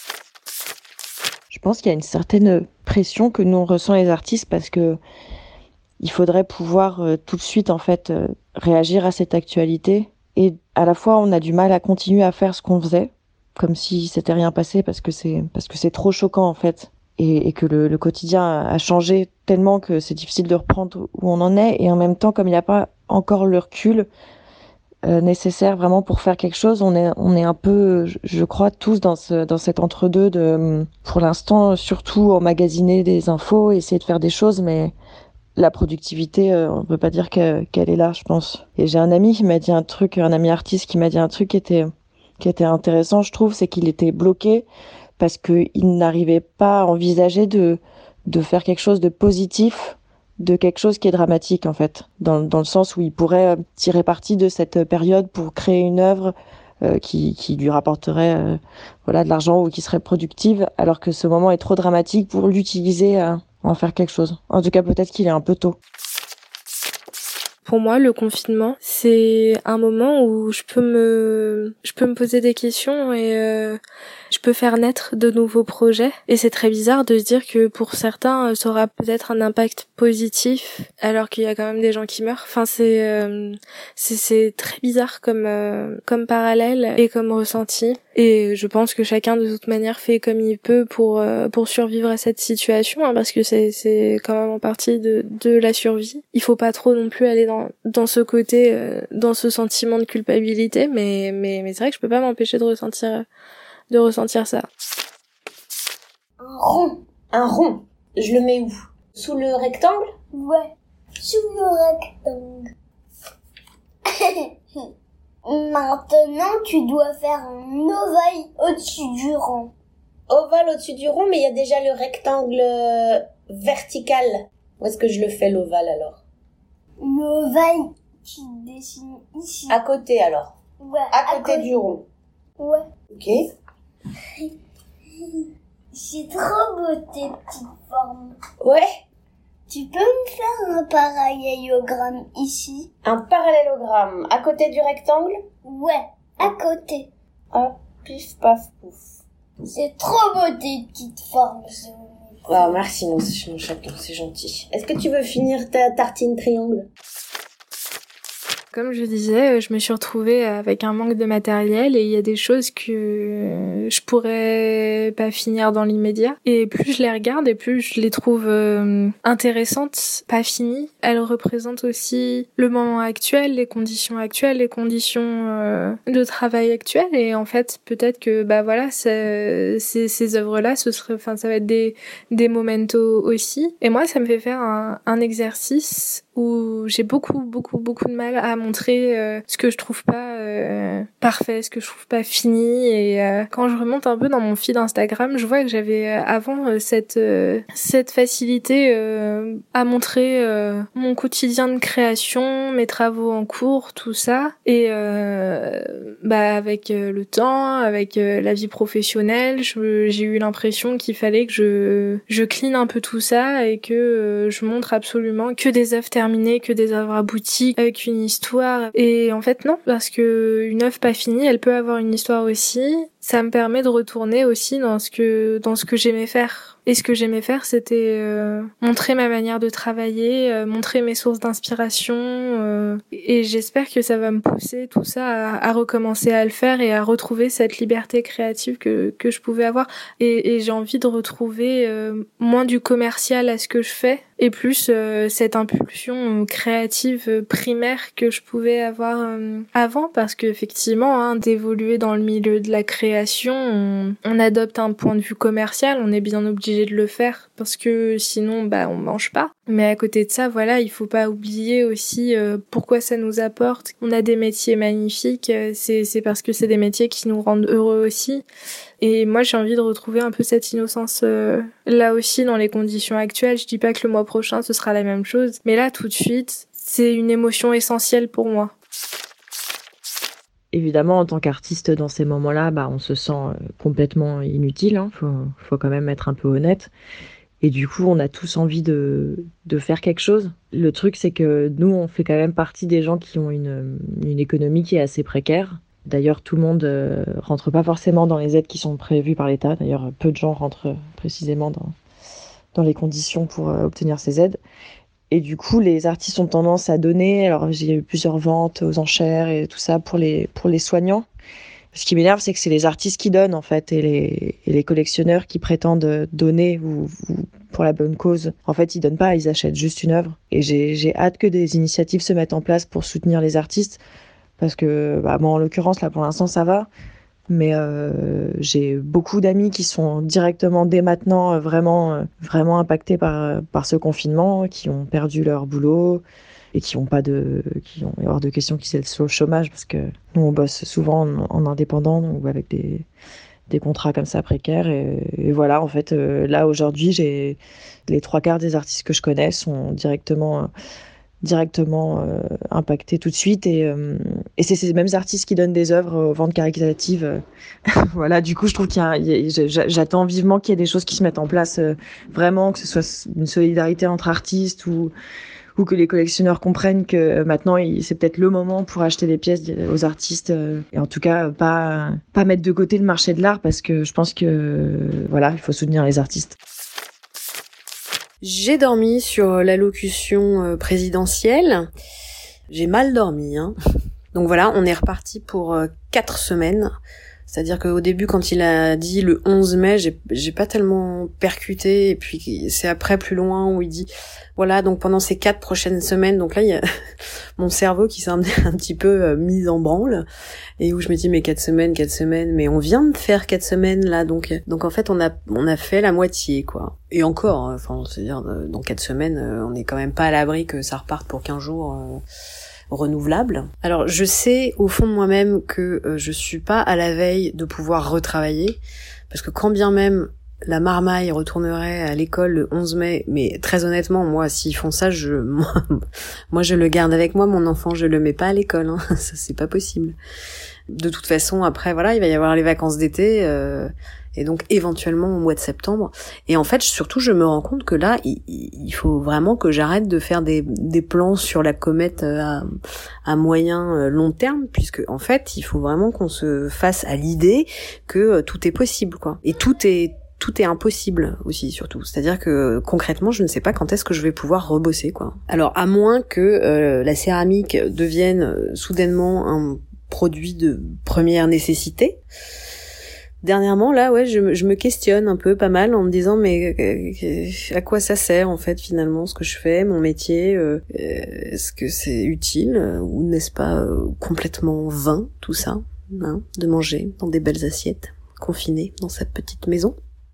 Je pense qu'il y a une certaine pression que nous on ressent les artistes parce que il faudrait pouvoir tout de suite en fait réagir à cette actualité, et à la fois on a du mal à continuer à faire ce qu'on faisait comme si c'était rien passé parce que c'est trop choquant en fait, et que le quotidien a changé tellement que c'est difficile de reprendre où on en est, et en même temps comme il n'y a pas encore le recul nécessaire vraiment pour faire quelque chose, on est un peu, je crois, tous dans cet entre-deux de, pour l'instant, surtout emmagasiner des infos, essayer de faire des choses, mais la productivité, on peut pas dire qu'elle est là, je pense. Et j'ai un ami qui m'a dit un truc, un ami artiste qui m'a dit un truc qui était intéressant, je trouve, c'est qu'il était bloqué parce qu'il n'arrivait pas à envisager de faire quelque chose de positif, de quelque chose qui est dramatique, en fait, dans le sens où il pourrait tirer parti de cette période pour créer une œuvre qui lui rapporterait de l'argent ou qui serait productive, alors que ce moment est trop dramatique pour l'utiliser à en faire quelque chose. En tout cas, peut-être qu'il est un peu tôt. Pour moi, le confinement, c'est un moment où je peux me poser des questions et je peux faire naître de nouveaux projets. Et c'est très bizarre de se dire que pour certains, ça aura peut-être un impact positif, alors qu'il y a quand même des gens qui meurent. Enfin, c'est très bizarre comme parallèle et comme ressenti. Et je pense que chacun de toute manière fait comme il peut pour survivre à cette situation, hein, parce que c'est quand même en partie de la survie. Il faut pas trop non plus aller dans ce côté, dans ce sentiment de culpabilité, mais c'est vrai que je peux pas m'empêcher de ressentir ça. Un rond. Je le mets où? Sous le rectangle? Ouais, sous le rectangle. Maintenant, tu dois faire un ovale au-dessus du rond. Ovale au-dessus du rond, mais il y a déjà le rectangle vertical. Où est-ce que je le fais, l'ovale, alors? L'ovale, tu dessines ici. À côté, alors? Ouais. À côté du rond? Ouais. Ok. C'est trop beau, tes petites formes. Ouais. Tu peux me faire un parallélogramme ici? Un parallélogramme à côté du rectangle? Ouais, à côté. Hop, pif, paf, pouf. C'est trop beau, tes petites formes. Oh, merci mon chaton, c'est gentil. Est-ce que tu veux finir ta tartine triangle? Comme je disais, je me suis retrouvée avec un manque de matériel et il y a des choses que je pourrais pas finir dans l'immédiat. Et plus je les regarde et plus je les trouve intéressantes, pas finies. Elles représentent aussi le moment actuel, les conditions de travail actuelles. Et en fait, peut-être que ces œuvres-là, ça va être des mementos aussi. Et moi, ça me fait faire un exercice où j'ai beaucoup de mal à montrer ce que je trouve pas parfait, ce que je trouve pas fini. Et quand je remonte un peu dans mon feed Instagram, je vois que j'avais avant cette facilité à montrer mon quotidien de création, mes travaux en cours, tout ça. Et avec le temps, avec la vie professionnelle, j'ai eu l'impression qu'il fallait que je clean un peu tout ça et que je montre absolument que des œuvres terminées, que des œuvres abouties avec une histoire. Et en fait non, parce que une œuvre pas finie, elle peut avoir une histoire aussi. ça me permet de retourner aussi dans ce que j'aimais faire. Et ce que j'aimais faire, c'était montrer ma manière de travailler, montrer mes sources d'inspiration. Et j'espère que ça va me pousser tout ça à recommencer à le faire et à retrouver cette liberté créative que je pouvais avoir. Et j'ai envie de retrouver moins du commercial à ce que je fais et plus cette impulsion créative primaire que je pouvais avoir avant, parce qu'effectivement, d'évoluer dans le milieu de la création, on adopte un point de vue commercial, on est bien obligé de le faire parce que sinon on mange pas. Mais à côté de ça, voilà, il faut pas oublier aussi pourquoi ça nous apporte. On a des métiers magnifiques, c'est parce que c'est des métiers qui nous rendent heureux aussi. Et moi, j'ai envie de retrouver un peu cette innocence là aussi dans les conditions actuelles. Je dis pas que le mois prochain ce sera la même chose, mais là tout de suite, c'est une émotion essentielle pour moi. Évidemment, en tant qu'artiste, dans ces moments-là, on se sent complètement inutile. Faut quand même être un peu honnête. Et du coup, on a tous envie de faire quelque chose. Le truc, c'est que nous, on fait quand même partie des gens qui ont une économie qui est assez précaire. D'ailleurs, tout le monde rentre pas forcément dans les aides qui sont prévues par l'État. D'ailleurs, peu de gens rentrent précisément dans les conditions pour obtenir ces aides. Et du coup, les artistes ont tendance à donner. Alors, j'ai eu plusieurs ventes aux enchères et tout ça pour les soignants. Ce qui m'énerve, c'est que c'est les artistes qui donnent, en fait, et les collectionneurs qui prétendent donner ou pour la bonne cause. En fait, ils donnent pas, ils achètent juste une œuvre. Et j'ai hâte que des initiatives se mettent en place pour soutenir les artistes. Parce que, en l'occurrence, là, pour l'instant, ça va. Mais j'ai beaucoup d'amis qui sont directement, dès maintenant, vraiment impactés par ce confinement, qui ont perdu leur boulot et qui ont hors de question qu'ils aient le chômage, parce que nous, on bosse souvent en indépendant, donc avec des contrats comme ça précaires. Et voilà, en fait, là, aujourd'hui, j'ai les 3/4 des artistes que je connais sont directement impactés tout de suite, et c'est ces mêmes artistes qui donnent des œuvres aux ventes caritatives. Voilà, du coup je trouve j'attends vivement qu'il y ait des choses qui se mettent en place, vraiment, que ce soit une solidarité entre artistes, ou que les collectionneurs comprennent que maintenant c'est peut-être le moment pour acheter des pièces aux artistes, et en tout cas pas mettre de côté le marché de l'art, parce que je pense que voilà, il faut soutenir les artistes. J'ai dormi sur l'allocution présidentielle. J'ai mal dormi, Donc voilà, on est reparti pour 4 semaines. C'est-à-dire qu'au début, quand il a dit le 11 mai, j'ai pas tellement percuté. Et puis c'est après, plus loin, où il dit voilà, donc pendant ces 4 prochaines semaines. Donc là, il y a mon cerveau qui s'est un petit peu mis en branle, et où je me dis mais 4 semaines, mais on vient de faire 4 semaines là, donc en fait on a fait la moitié, quoi. Et encore, c'est-à-dire dans 4 semaines, on est quand même pas à l'abri que ça reparte pour 15 jours renouvelable. Alors je sais au fond de moi-même que je suis pas à la veille de pouvoir retravailler, parce que quand bien même la marmaille retournerait à l'école le 11 mai, mais très honnêtement, moi, s'ils font ça, moi je le garde avec moi, mon enfant, je le mets pas à l'école, ça c'est pas possible. De toute façon, après, voilà, il va y avoir les vacances d'été, et donc éventuellement au mois de septembre. Et en fait, surtout, je me rends compte que là, il faut vraiment que j'arrête de faire des plans sur la comète à moyen long terme, puisque en fait, il faut vraiment qu'on se fasse à l'idée que tout est possible, quoi. Et tout est impossible aussi, surtout. C'est-à-dire que concrètement, je ne sais pas quand est-ce que je vais pouvoir rebosser, quoi. Alors, à moins que la céramique devienne soudainement un produit de première nécessité. Dernièrement, là, ouais, je me questionne un peu, pas mal, en me disant mais à quoi ça sert en fait finalement ce que je fais, mon métier, est-ce que c'est utile ou n'est-ce pas complètement vain tout ça, de manger dans des belles assiettes, confiné dans sa petite maison.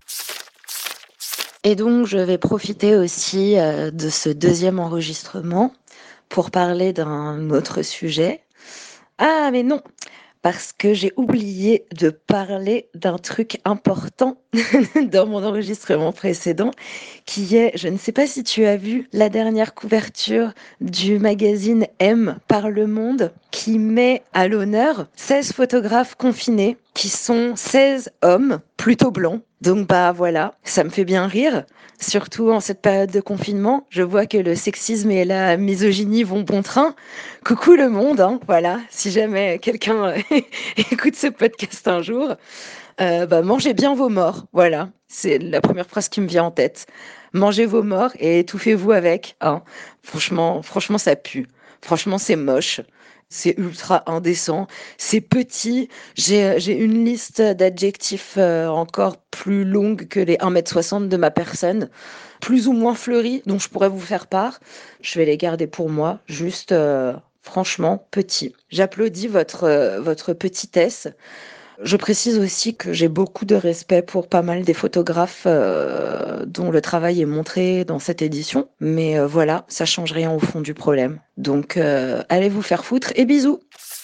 Et donc, je vais profiter aussi de ce deuxième enregistrement pour parler d'un autre sujet. Ah, mais non, parce que j'ai oublié de parler d'un truc important dans mon enregistrement précédent, qui est, je ne sais pas si tu as vu la dernière couverture du magazine M par Le Monde, qui met à l'honneur 16 photographes confinés qui sont 16 hommes, plutôt blancs. Donc voilà, ça me fait bien rire. Surtout en cette période de confinement, je vois que le sexisme et la misogynie vont bon train. Coucou le monde, voilà. Si jamais quelqu'un écoute ce podcast un jour, mangez bien vos morts, voilà. C'est la première phrase qui me vient en tête. Mangez vos morts et étouffez-vous avec. Franchement, ça pue. Franchement, c'est moche. C'est ultra indécent. C'est petit. J'ai une liste d'adjectifs encore plus longue que les 1m60 de ma personne. Plus ou moins fleurie, dont je pourrais vous faire part. Je vais les garder pour moi. Juste, franchement, petit. J'applaudis votre petitesse. Je précise aussi que j'ai beaucoup de respect pour pas mal des photographes dont le travail est montré dans cette édition. Mais voilà, ça change rien au fond du problème. Donc allez vous faire foutre et bisous.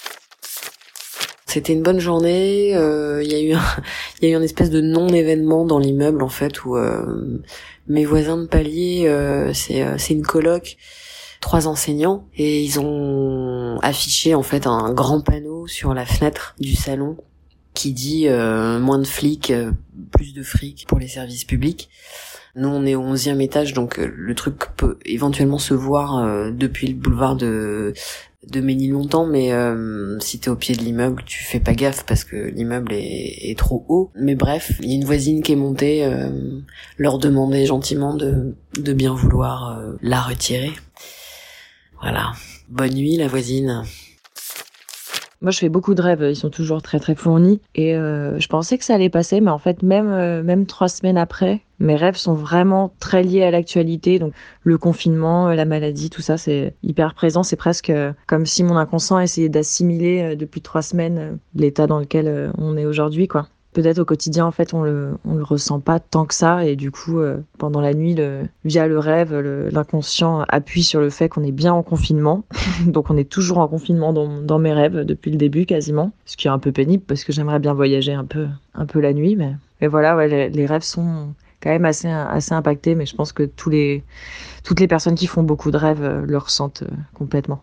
C'était une bonne journée. Il y a eu un espèce de non-événement dans l'immeuble en fait où mes voisins de palier, c'est une coloc, 3 enseignants, et ils ont affiché en fait un grand panneau sur la fenêtre du salon qui dit moins de flics, plus de fric pour les services publics. Nous on est au 11e étage, donc le truc peut éventuellement se voir depuis le boulevard de Ménilmontant, mais si t'es au pied de l'immeuble, tu fais pas gaffe parce que l'immeuble est trop haut. Mais bref, il y a une voisine qui est montée, leur demander gentiment de bien vouloir la retirer. Voilà. Bonne nuit la voisine. Moi, je fais beaucoup de rêves. Ils sont toujours très, très fournis. Et je pensais que ça allait passer, mais en fait, même 3 semaines après, mes rêves sont vraiment très liés à l'actualité. Donc, le confinement, la maladie, tout ça, c'est hyper présent. C'est presque comme si mon inconscient essayait d'assimiler depuis 3 semaines l'état dans lequel on est aujourd'hui, quoi. Peut-être au quotidien, en fait, on le ressent pas tant que ça. Et du coup, pendant la nuit, via le rêve, l'inconscient appuie sur le fait qu'on est bien en confinement. Donc, on est toujours en confinement dans mes rêves depuis le début, quasiment. Ce qui est un peu pénible parce que j'aimerais bien voyager un peu la nuit. Mais voilà, ouais, les rêves sont quand même assez impactés. Mais je pense que toutes les personnes qui font beaucoup de rêves le ressentent complètement.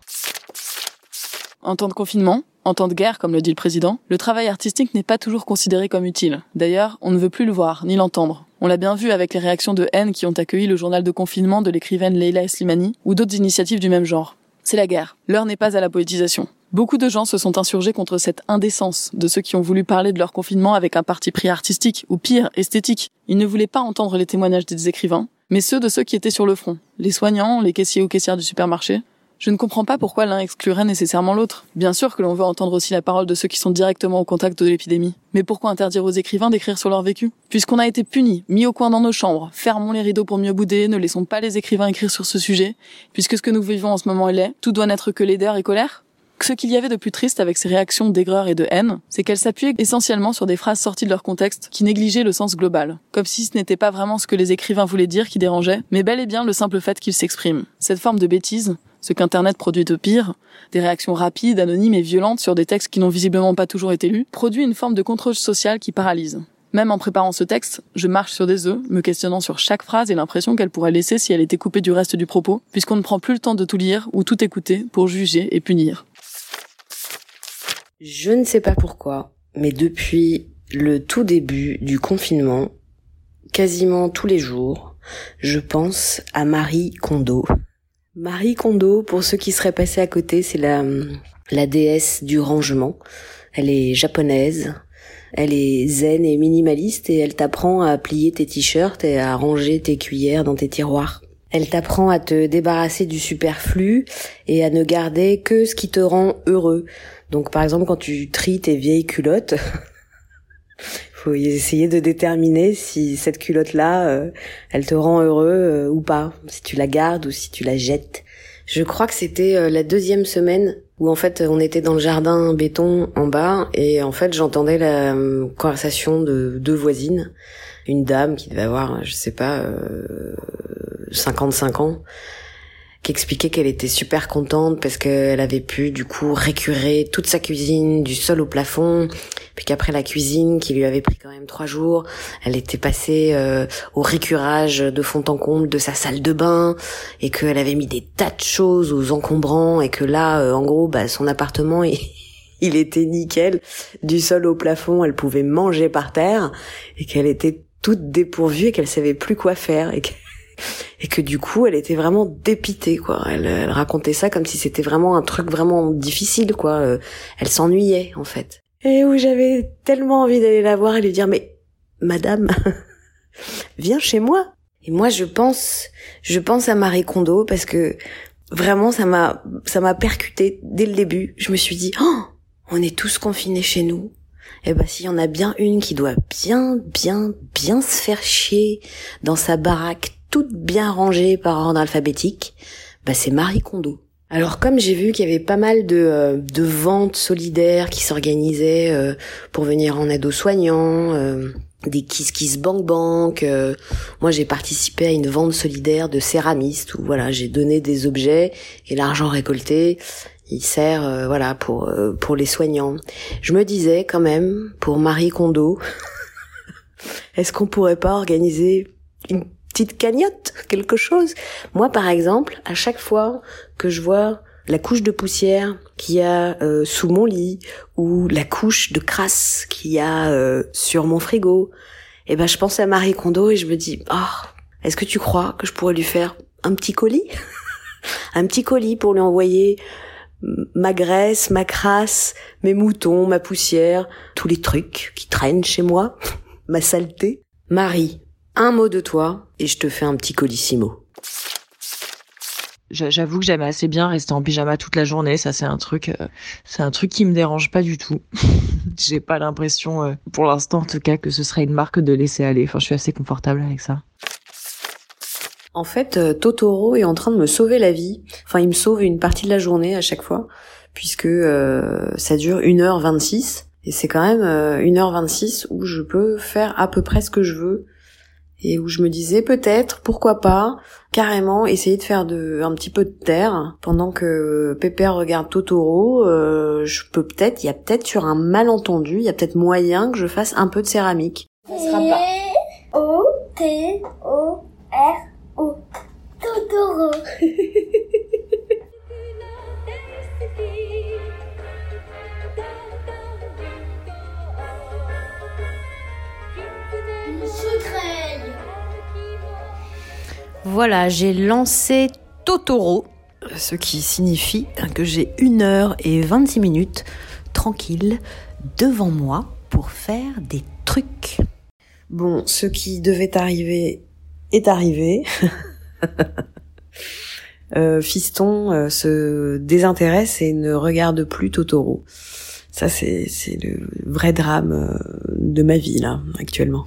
En temps de confinement, en temps de guerre, comme le dit le président, le travail artistique n'est pas toujours considéré comme utile. D'ailleurs, on ne veut plus le voir, ni l'entendre. On l'a bien vu avec les réactions de haine qui ont accueilli le journal de confinement de l'écrivaine Leila Slimani ou d'autres initiatives du même genre. C'est la guerre. L'heure n'est pas à la politisation. Beaucoup de gens se sont insurgés contre cette indécence de ceux qui ont voulu parler de leur confinement avec un parti pris artistique, ou pire, esthétique. Ils ne voulaient pas entendre les témoignages des écrivains, mais ceux de ceux qui étaient sur le front. Les soignants, les caissiers ou caissières du supermarché. Je ne comprends pas pourquoi l'un exclurait nécessairement l'autre. Bien sûr que l'on veut entendre aussi la parole de ceux qui sont directement au contact de l'épidémie. Mais pourquoi interdire aux écrivains d'écrire sur leur vécu ? Puisqu'on a été punis, mis au coin dans nos chambres, fermons les rideaux pour mieux bouder, ne laissons pas les écrivains écrire sur ce sujet, puisque ce que nous vivons en ce moment est laid, tout doit n'être que laideur et colère ? Ce qu'il y avait de plus triste avec ces réactions d'aigreur et de haine, c'est qu'elles s'appuyaient essentiellement sur des phrases sorties de leur contexte, qui négligeaient le sens global. Comme si ce n'était pas vraiment ce que les écrivains voulaient dire qui dérangeait, mais bel et bien le simple fait qu'ils s'expriment. Cette forme de bêtise, ce qu'Internet produit de pire, des réactions rapides, anonymes et violentes sur des textes qui n'ont visiblement pas toujours été lus, produit une forme de contrôle social qui paralyse. Même en préparant ce texte, je marche sur des œufs, me questionnant sur chaque phrase et l'impression qu'elle pourrait laisser si elle était coupée du reste du propos, puisqu'on ne prend plus le temps de tout lire ou tout écouter pour juger et punir. Je ne sais pas pourquoi, mais depuis le tout début du confinement, quasiment tous les jours, je pense à Marie Kondo. Marie Kondo, pour ceux qui seraient passés à côté, c'est la déesse du rangement. Elle est japonaise, elle est zen et minimaliste et elle t'apprend à plier tes t-shirts et à ranger tes cuillères dans tes tiroirs. Elle t'apprend à te débarrasser du superflu et à ne garder que ce qui te rend heureux. Donc par exemple, quand tu tries tes vieilles culottes, faut essayer de déterminer si cette culotte-là, elle te rend heureux ou pas, si tu la gardes ou si tu la jettes. Je crois que c'était la 2e semaine où en fait on était dans le jardin béton en bas et en fait j'entendais la conversation de 2 voisines. Une dame qui devait avoir, je sais pas, 55 ans, qui expliquait qu'elle était super contente parce qu'elle avait pu du coup récurer toute sa cuisine du sol au plafond, puis qu'après la cuisine qui lui avait pris quand même 3 jours, elle était passée au récurage de fond en comble de sa salle de bain et qu'elle avait mis des tas de choses aux encombrants et que là en gros son appartement il était nickel. Du sol au plafond, elle pouvait manger par terre et qu'elle était toute dépourvue et qu'elle savait plus quoi faire et que du coup, elle était vraiment dépitée, quoi. Elle racontait ça comme si c'était vraiment un truc vraiment difficile, quoi. Elle s'ennuyait, en fait. Et où j'avais tellement envie d'aller la voir et lui dire, mais madame, viens chez moi. Et moi, je pense à Marie Kondo parce que vraiment, ça m'a percuté dès le début. Je me suis dit, oh, on est tous confinés chez nous. Eh ben, s'il y en a bien une qui doit bien se faire chier dans sa baraque, toute bien rangée par ordre alphabétique, bah, c'est Marie Kondo. Alors, comme j'ai vu qu'il y avait pas mal de ventes solidaires qui s'organisaient pour venir en aide aux soignants, des Kiss Bank Bank, moi j'ai participé à une vente solidaire de céramistes où voilà, j'ai donné des objets et l'argent récolté, il sert voilà pour les soignants. Je me disais quand même pour Marie Kondo, est-ce qu'on pourrait pas organiser une petite cagnotte, quelque chose? Moi par exemple, à chaque fois que je vois la couche de poussière qu'il y a sous mon lit ou la couche de crasse qu'il y a sur mon frigo, et ben je pense à Marie Kondo et je me dis est-ce que tu crois que je pourrais lui faire un petit colis un petit colis pour lui envoyer ma graisse, ma crasse, mes moutons, ma poussière, tous les trucs qui traînent chez moi, ma saleté. Marie, un mot de toi et je te fais un petit colissimo. J'avoue que j'aime assez bien rester en pyjama toute la journée. Ça, c'est un truc qui me dérange pas du tout. J'ai pas l'impression, pour l'instant en tout cas, que ce serait une marque de laisser aller. Enfin, je suis assez confortable avec ça. En fait, Totoro est en train de me sauver la vie. Enfin, il me sauve une partie de la journée à chaque fois, puisque ça dure 1h26. Et c'est quand même 1h26 où je peux faire à peu près ce que je veux. Et où je me disais peut-être, pourquoi pas, carrément essayer de faire un petit peu de terre pendant que Pépère regarde Totoro. Il y a peut-être sur un malentendu, il y a peut-être moyen que je fasse un peu de céramique. Ça sera pas. O-T-O-R-O. Totoro. Voilà, j'ai lancé Totoro, ce qui signifie que j'ai 1h26 tranquille devant moi pour faire des trucs. Bon, ce qui devait arriver est arrivé. Fiston se désintéresse et ne regarde plus Totoro. Ça, c'est le vrai drame de ma vie, là, actuellement.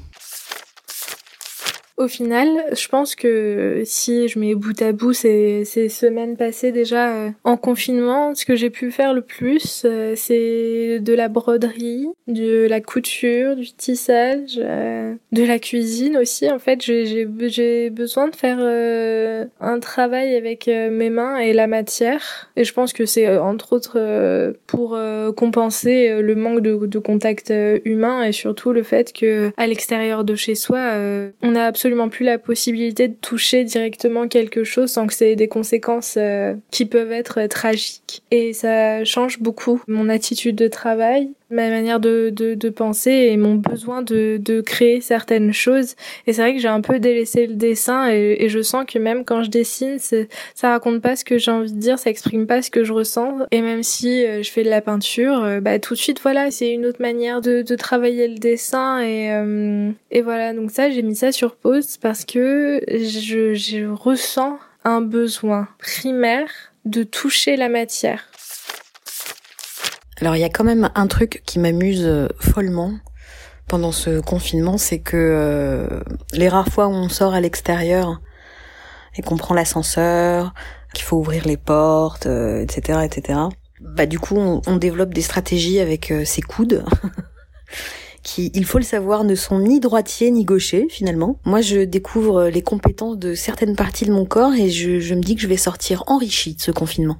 Au final, je pense que si je mets bout à bout ces semaines passées déjà en confinement, ce que j'ai pu faire le plus, c'est de la broderie, de la couture, du tissage, de la cuisine aussi. En fait, j'ai besoin de faire un travail avec mes mains et la matière. Et je pense que c'est entre autres pour compenser le manque de contact humain et surtout le fait que à l'extérieur de chez soi, on a absolument plus la possibilité de toucher directement quelque chose sans que ça ait des conséquences qui peuvent être tragiques. Et ça change beaucoup mon attitude de travail, ma manière de penser et mon besoin de créer certaines choses. Et c'est vrai que j'ai un peu délaissé le dessin et je sens que même quand je dessine, ça raconte pas ce que j'ai envie de dire, ça exprime pas ce que je ressens. Et même si je fais de la peinture, tout de suite, voilà, c'est une autre manière de travailler le dessin et voilà. Donc ça, j'ai mis ça sur pause parce que je ressens un besoin primaire de toucher la matière. Alors il y a quand même un truc qui m'amuse follement pendant ce confinement, c'est que les rares fois où on sort à l'extérieur et qu'on prend l'ascenseur, qu'il faut ouvrir les portes, etc., du coup on développe des stratégies avec ses coudes qui, il faut le savoir, ne sont ni droitiers ni gauchers finalement. Moi je découvre les compétences de certaines parties de mon corps et je me dis que je vais sortir enrichie de ce confinement.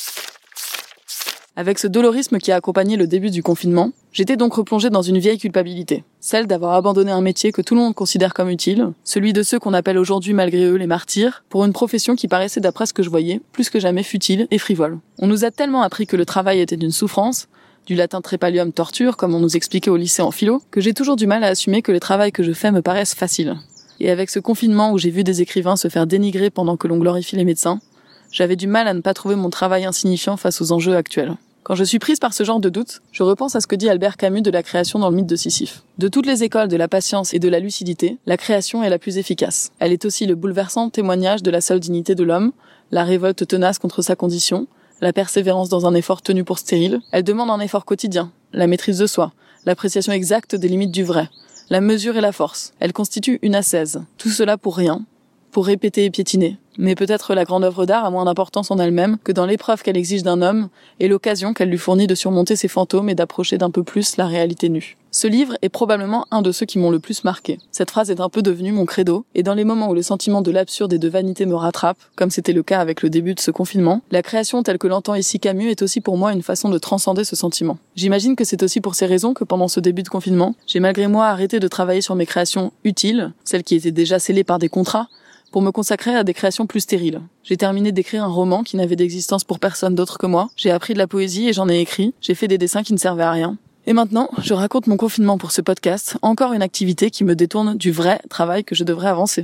Avec ce dolorisme qui a accompagné le début du confinement, j'étais donc replongée dans une vieille culpabilité, celle d'avoir abandonné un métier que tout le monde considère comme utile, celui de ceux qu'on appelle aujourd'hui malgré eux les martyrs, pour une profession qui paraissait d'après ce que je voyais, plus que jamais futile et frivole. On nous a tellement appris que le travail était une souffrance, du latin trépalium torture, comme on nous expliquait au lycée en philo, que j'ai toujours du mal à assumer que les travaux que je fais me paraissent faciles. Et avec ce confinement où j'ai vu des écrivains se faire dénigrer pendant que l'on glorifie les médecins, j'avais du mal à ne pas trouver mon travail insignifiant face aux enjeux actuels. Quand je suis prise par ce genre de doute, je repense à ce que dit Albert Camus de la création dans le mythe de Sisyphe. De toutes les écoles de la patience et de la lucidité, la création est la plus efficace. Elle est aussi le bouleversant témoignage de la seule dignité de l'homme, la révolte tenace contre sa condition, la persévérance dans un effort tenu pour stérile. Elle demande un effort quotidien, la maîtrise de soi, l'appréciation exacte des limites du vrai, la mesure et la force. Elle constitue une ascèse. Tout cela pour rien, pour répéter et piétiner. Mais peut-être la grande œuvre d'art a moins d'importance en elle-même que dans l'épreuve qu'elle exige d'un homme et l'occasion qu'elle lui fournit de surmonter ses fantômes et d'approcher d'un peu plus la réalité nue. Ce livre est probablement un de ceux qui m'ont le plus marqué. Cette phrase est un peu devenue mon credo, et dans les moments où le sentiment de l'absurde et de vanité me rattrape, comme c'était le cas avec le début de ce confinement, la création telle que l'entend ici Camus est aussi pour moi une façon de transcender ce sentiment. J'imagine que c'est aussi pour ces raisons que pendant ce début de confinement, j'ai malgré moi arrêté de travailler sur mes créations utiles, celles qui étaient déjà scellées par des contrats, pour me consacrer à des créations plus stériles. J'ai terminé d'écrire un roman qui n'avait d'existence pour personne d'autre que moi. J'ai appris de la poésie et j'en ai écrit. J'ai fait des dessins qui ne servaient à rien. Et maintenant, je raconte mon confinement pour ce podcast, encore une activité qui me détourne du vrai travail que je devrais avancer.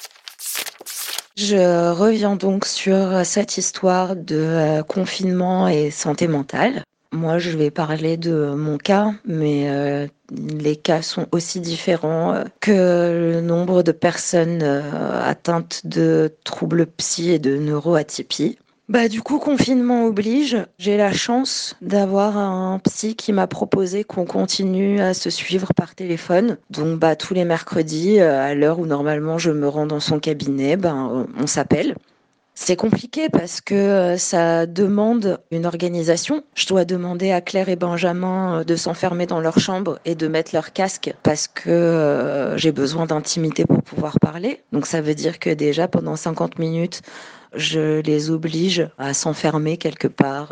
Je reviens donc sur cette histoire de confinement et santé mentale. Moi, je vais parler de mon cas, mais les cas sont aussi différents que le nombre de personnes atteintes de troubles psy et de neuroatypie. Du coup, confinement oblige, j'ai la chance d'avoir un psy qui m'a proposé qu'on continue à se suivre par téléphone. Donc, tous les mercredis, à l'heure où normalement je me rends dans son cabinet, on s'appelle. C'est compliqué parce que ça demande une organisation. Je dois demander à Claire et Benjamin de s'enfermer dans leur chambre et de mettre leur casque parce que j'ai besoin d'intimité pour pouvoir parler. Donc ça veut dire que déjà pendant 50 minutes, je les oblige à s'enfermer quelque part.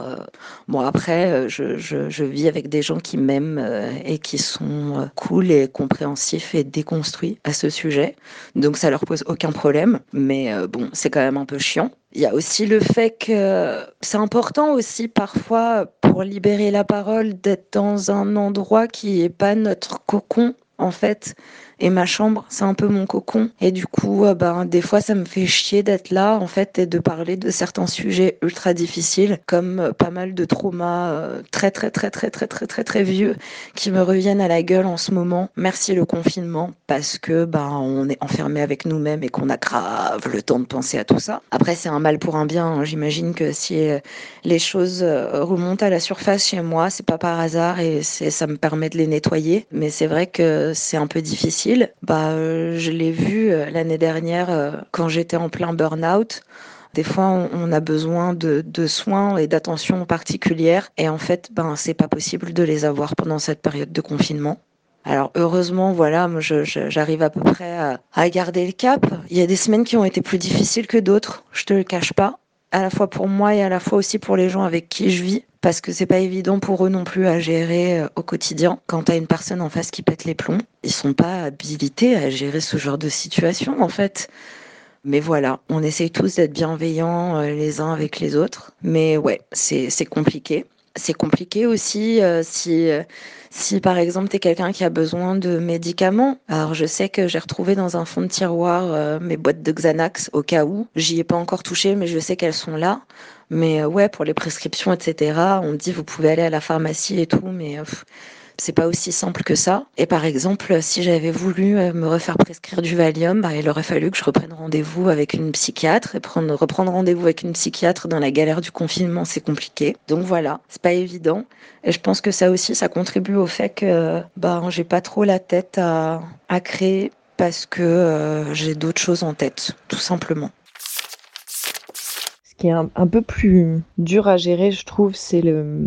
Après, je vis avec des gens qui m'aiment et qui sont cool et compréhensifs et déconstruits à ce sujet. Donc ça leur pose aucun problème. Mais c'est quand même un peu chiant. Il y a aussi le fait que c'est important aussi parfois pour libérer la parole d'être dans un endroit qui est pas notre cocon en fait. Et ma chambre, c'est un peu mon cocon. Et du coup, des fois, ça me fait chier d'être là, en fait, et de parler de certains sujets ultra difficiles, comme pas mal de traumas très, très, très, très, très, très, très, très vieux qui me reviennent à la gueule en ce moment. Merci le confinement, parce que, on est enfermé avec nous-mêmes et qu'on a grave le temps de penser à tout ça. Après, c'est un mal pour un bien. Hein. J'imagine que si les choses remontent à la surface chez moi, c'est pas par hasard et ça me permet de les nettoyer. Mais c'est vrai que c'est un peu difficile. Je l'ai vu l'année dernière quand j'étais en plein burn-out. Des fois, on a besoin de soins et d'attention particulière. Et en fait, c'est pas possible de les avoir pendant cette période de confinement. Alors heureusement, moi, j'arrive à peu près à garder le cap. Il y a des semaines qui ont été plus difficiles que d'autres, je te le cache pas. À la fois pour moi et à la fois aussi pour les gens avec qui je vis. Parce que c'est pas évident pour eux non plus à gérer au quotidien. Quand t'as une personne en face qui pète les plombs, ils sont pas habilités à gérer ce genre de situation en fait. Mais voilà, on essaye tous d'être bienveillants les uns avec les autres. Mais ouais, c'est compliqué. C'est compliqué aussi si par exemple t'es quelqu'un qui a besoin de médicaments. Alors je sais que j'ai retrouvé dans un fond de tiroir mes boîtes de Xanax au cas où. J'y ai pas encore touché, mais je sais qu'elles sont là. Mais ouais, pour les prescriptions, etc., on dit vous pouvez aller à la pharmacie et tout, mais c'est pas aussi simple que ça. Et par exemple, si j'avais voulu me refaire prescrire du Valium, il aurait fallu que je reprenne rendez-vous avec une psychiatre. Et reprendre rendez-vous avec une psychiatre dans la galère du confinement, c'est compliqué. Donc voilà, c'est pas évident. Et je pense que ça aussi, ça contribue au fait que j'ai pas trop la tête à créer parce que j'ai d'autres choses en tête, tout simplement. Ce qui est un peu plus dur à gérer, je trouve, c'est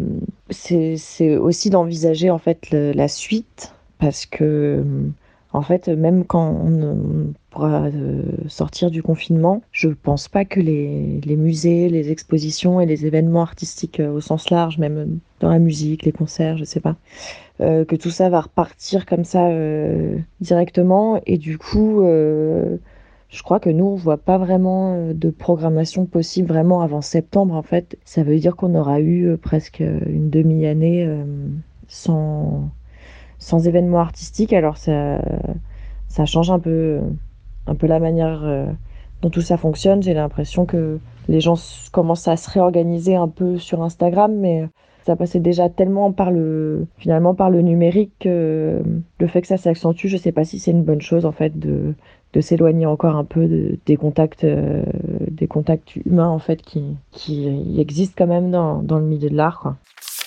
aussi d'envisager en fait la suite, parce que en fait, même quand on pourra sortir du confinement, je pense pas que les musées, les expositions et les événements artistiques au sens large, même dans la musique, les concerts, je sais pas, que tout ça va repartir comme ça directement, et du coup Je crois que nous, on voit pas vraiment de programmation possible vraiment avant septembre, en fait. Ça veut dire qu'on aura eu presque une demi-année sans événements artistiques. Alors ça change un peu la manière dont tout ça fonctionne. J'ai l'impression que les gens commencent à se réorganiser un peu sur Instagram, mais ça passait déjà tellement par le numérique que le fait que ça s'accentue, je sais pas si c'est une bonne chose en fait de s'éloigner encore un peu des contacts humains en fait qui existent quand même dans le milieu de l'art, quoi.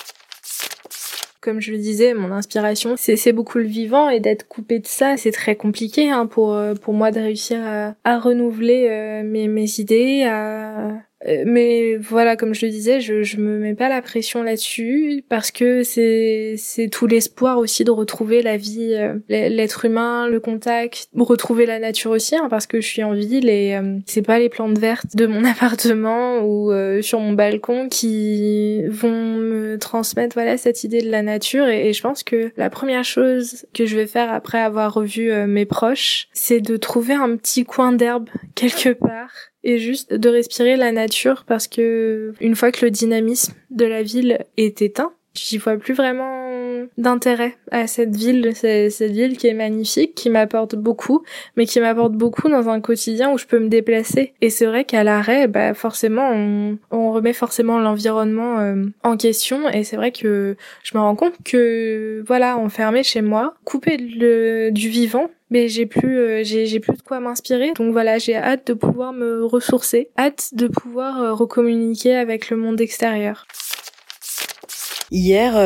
Comme je le disais, mon inspiration, c'est beaucoup le vivant, et d'être coupé de ça, c'est très compliqué pour moi de réussir à renouveler mes idées, mais voilà, comme je le disais, je me mets pas la pression là-dessus, parce que c'est tout l'espoir aussi de retrouver la vie, l'être humain, le contact, retrouver la nature aussi, parce que je suis en ville et c'est pas les plantes vertes de mon appartement ou sur mon balcon qui vont me transmettre cette idée de la nature, et je pense que la première chose que je vais faire après avoir revu mes proches, c'est de trouver un petit coin d'herbe quelque part et juste de respirer la nature, parce que une fois que le dynamisme de la ville est éteint, j'y vois plus vraiment d'intérêt à cette ville qui est magnifique, qui m'apporte beaucoup, mais qui m'apporte beaucoup dans un quotidien où je peux me déplacer. Et c'est vrai qu'à l'arrêt, forcément, on remet forcément l'environnement en question, et c'est vrai que je me rends compte que, enfermée chez moi, coupée du vivant, mais j'ai plus de quoi m'inspirer. Donc voilà, j'ai hâte de pouvoir me ressourcer, hâte de pouvoir recommuniquer avec le monde extérieur. Hier,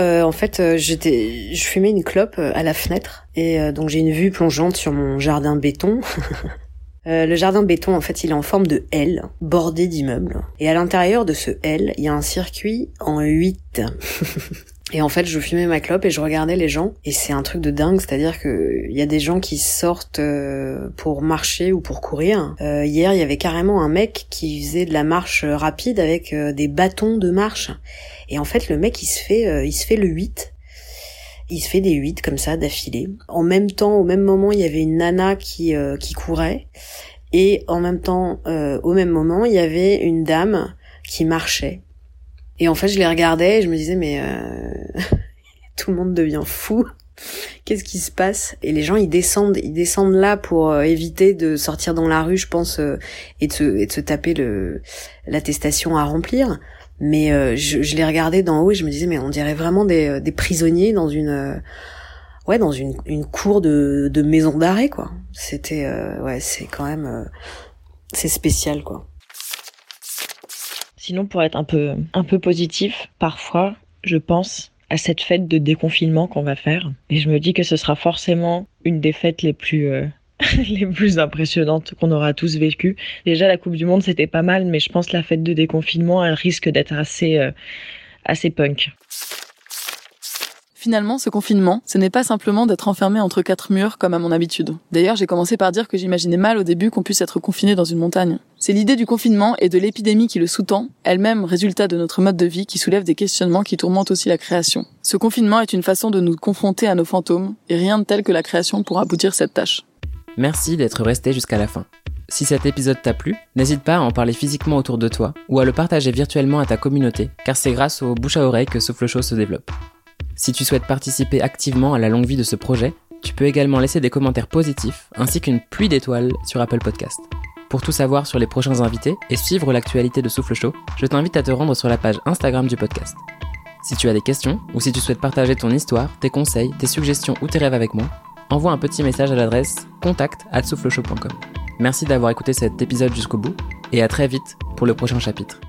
je fumais une clope à la fenêtre, et donc j'ai une vue plongeante sur mon jardin béton. Le jardin béton, en fait, il est en forme de L, bordé d'immeubles. Et à l'intérieur de ce L, il y a un circuit en 8. Et en fait, je fumais ma clope et je regardais les gens, et c'est un truc de dingue, c'est-à-dire que il y a des gens qui sortent pour marcher ou pour courir. Hier, il y avait carrément un mec qui faisait de la marche rapide avec des bâtons de marche. Et en fait, le mec, il se fait le 8. Il se fait des 8 comme ça d'affilée. En même temps, au même moment, il y avait une nana qui courait, et en même temps, au même moment, il y avait une dame qui marchait. Et en fait, je les regardais et je me disais, mais tout le monde devient fou. Qu'est-ce qui se passe? Et les gens, ils descendent là pour éviter de sortir dans la rue, je pense, et de se taper l'attestation à remplir. Mais je les regardais d'en haut et je me disais, mais on dirait vraiment des prisonniers dans une cour de maison d'arrêt, quoi. C'était c'est quand même c'est spécial, quoi. Sinon, pour être un peu positif, parfois, je pense à cette fête de déconfinement qu'on va faire. Et je me dis que ce sera forcément une des fêtes les plus impressionnantes qu'on aura tous vécues. Déjà, la Coupe du Monde, c'était pas mal, mais je pense que la fête de déconfinement, elle risque d'être assez punk. Finalement, ce confinement, ce n'est pas simplement d'être enfermé entre 4 murs comme à mon habitude. D'ailleurs, j'ai commencé par dire que j'imaginais mal au début qu'on puisse être confiné dans une montagne. C'est l'idée du confinement et de l'épidémie qui le sous-tend, elle-même résultat de notre mode de vie, qui soulève des questionnements qui tourmentent aussi la création. Ce confinement est une façon de nous confronter à nos fantômes, et rien de tel que la création pour aboutir cette tâche. Merci d'être resté jusqu'à la fin. Si cet épisode t'a plu, n'hésite pas à en parler physiquement autour de toi, ou à le partager virtuellement à ta communauté, car c'est grâce au bouche à oreille que Souffle Chaud se développe. Si tu souhaites participer activement à la longue vie de ce projet, tu peux également laisser des commentaires positifs ainsi qu'une pluie d'étoiles sur Apple Podcast. Pour tout savoir sur les prochains invités et suivre l'actualité de Souffle Chaud, je t'invite à te rendre sur la page Instagram du podcast. Si tu as des questions ou si tu souhaites partager ton histoire, tes conseils, tes suggestions ou tes rêves avec moi, envoie un petit message à l'adresse contact@soufflechaud.com. Merci d'avoir écouté cet épisode jusqu'au bout et à très vite pour le prochain chapitre.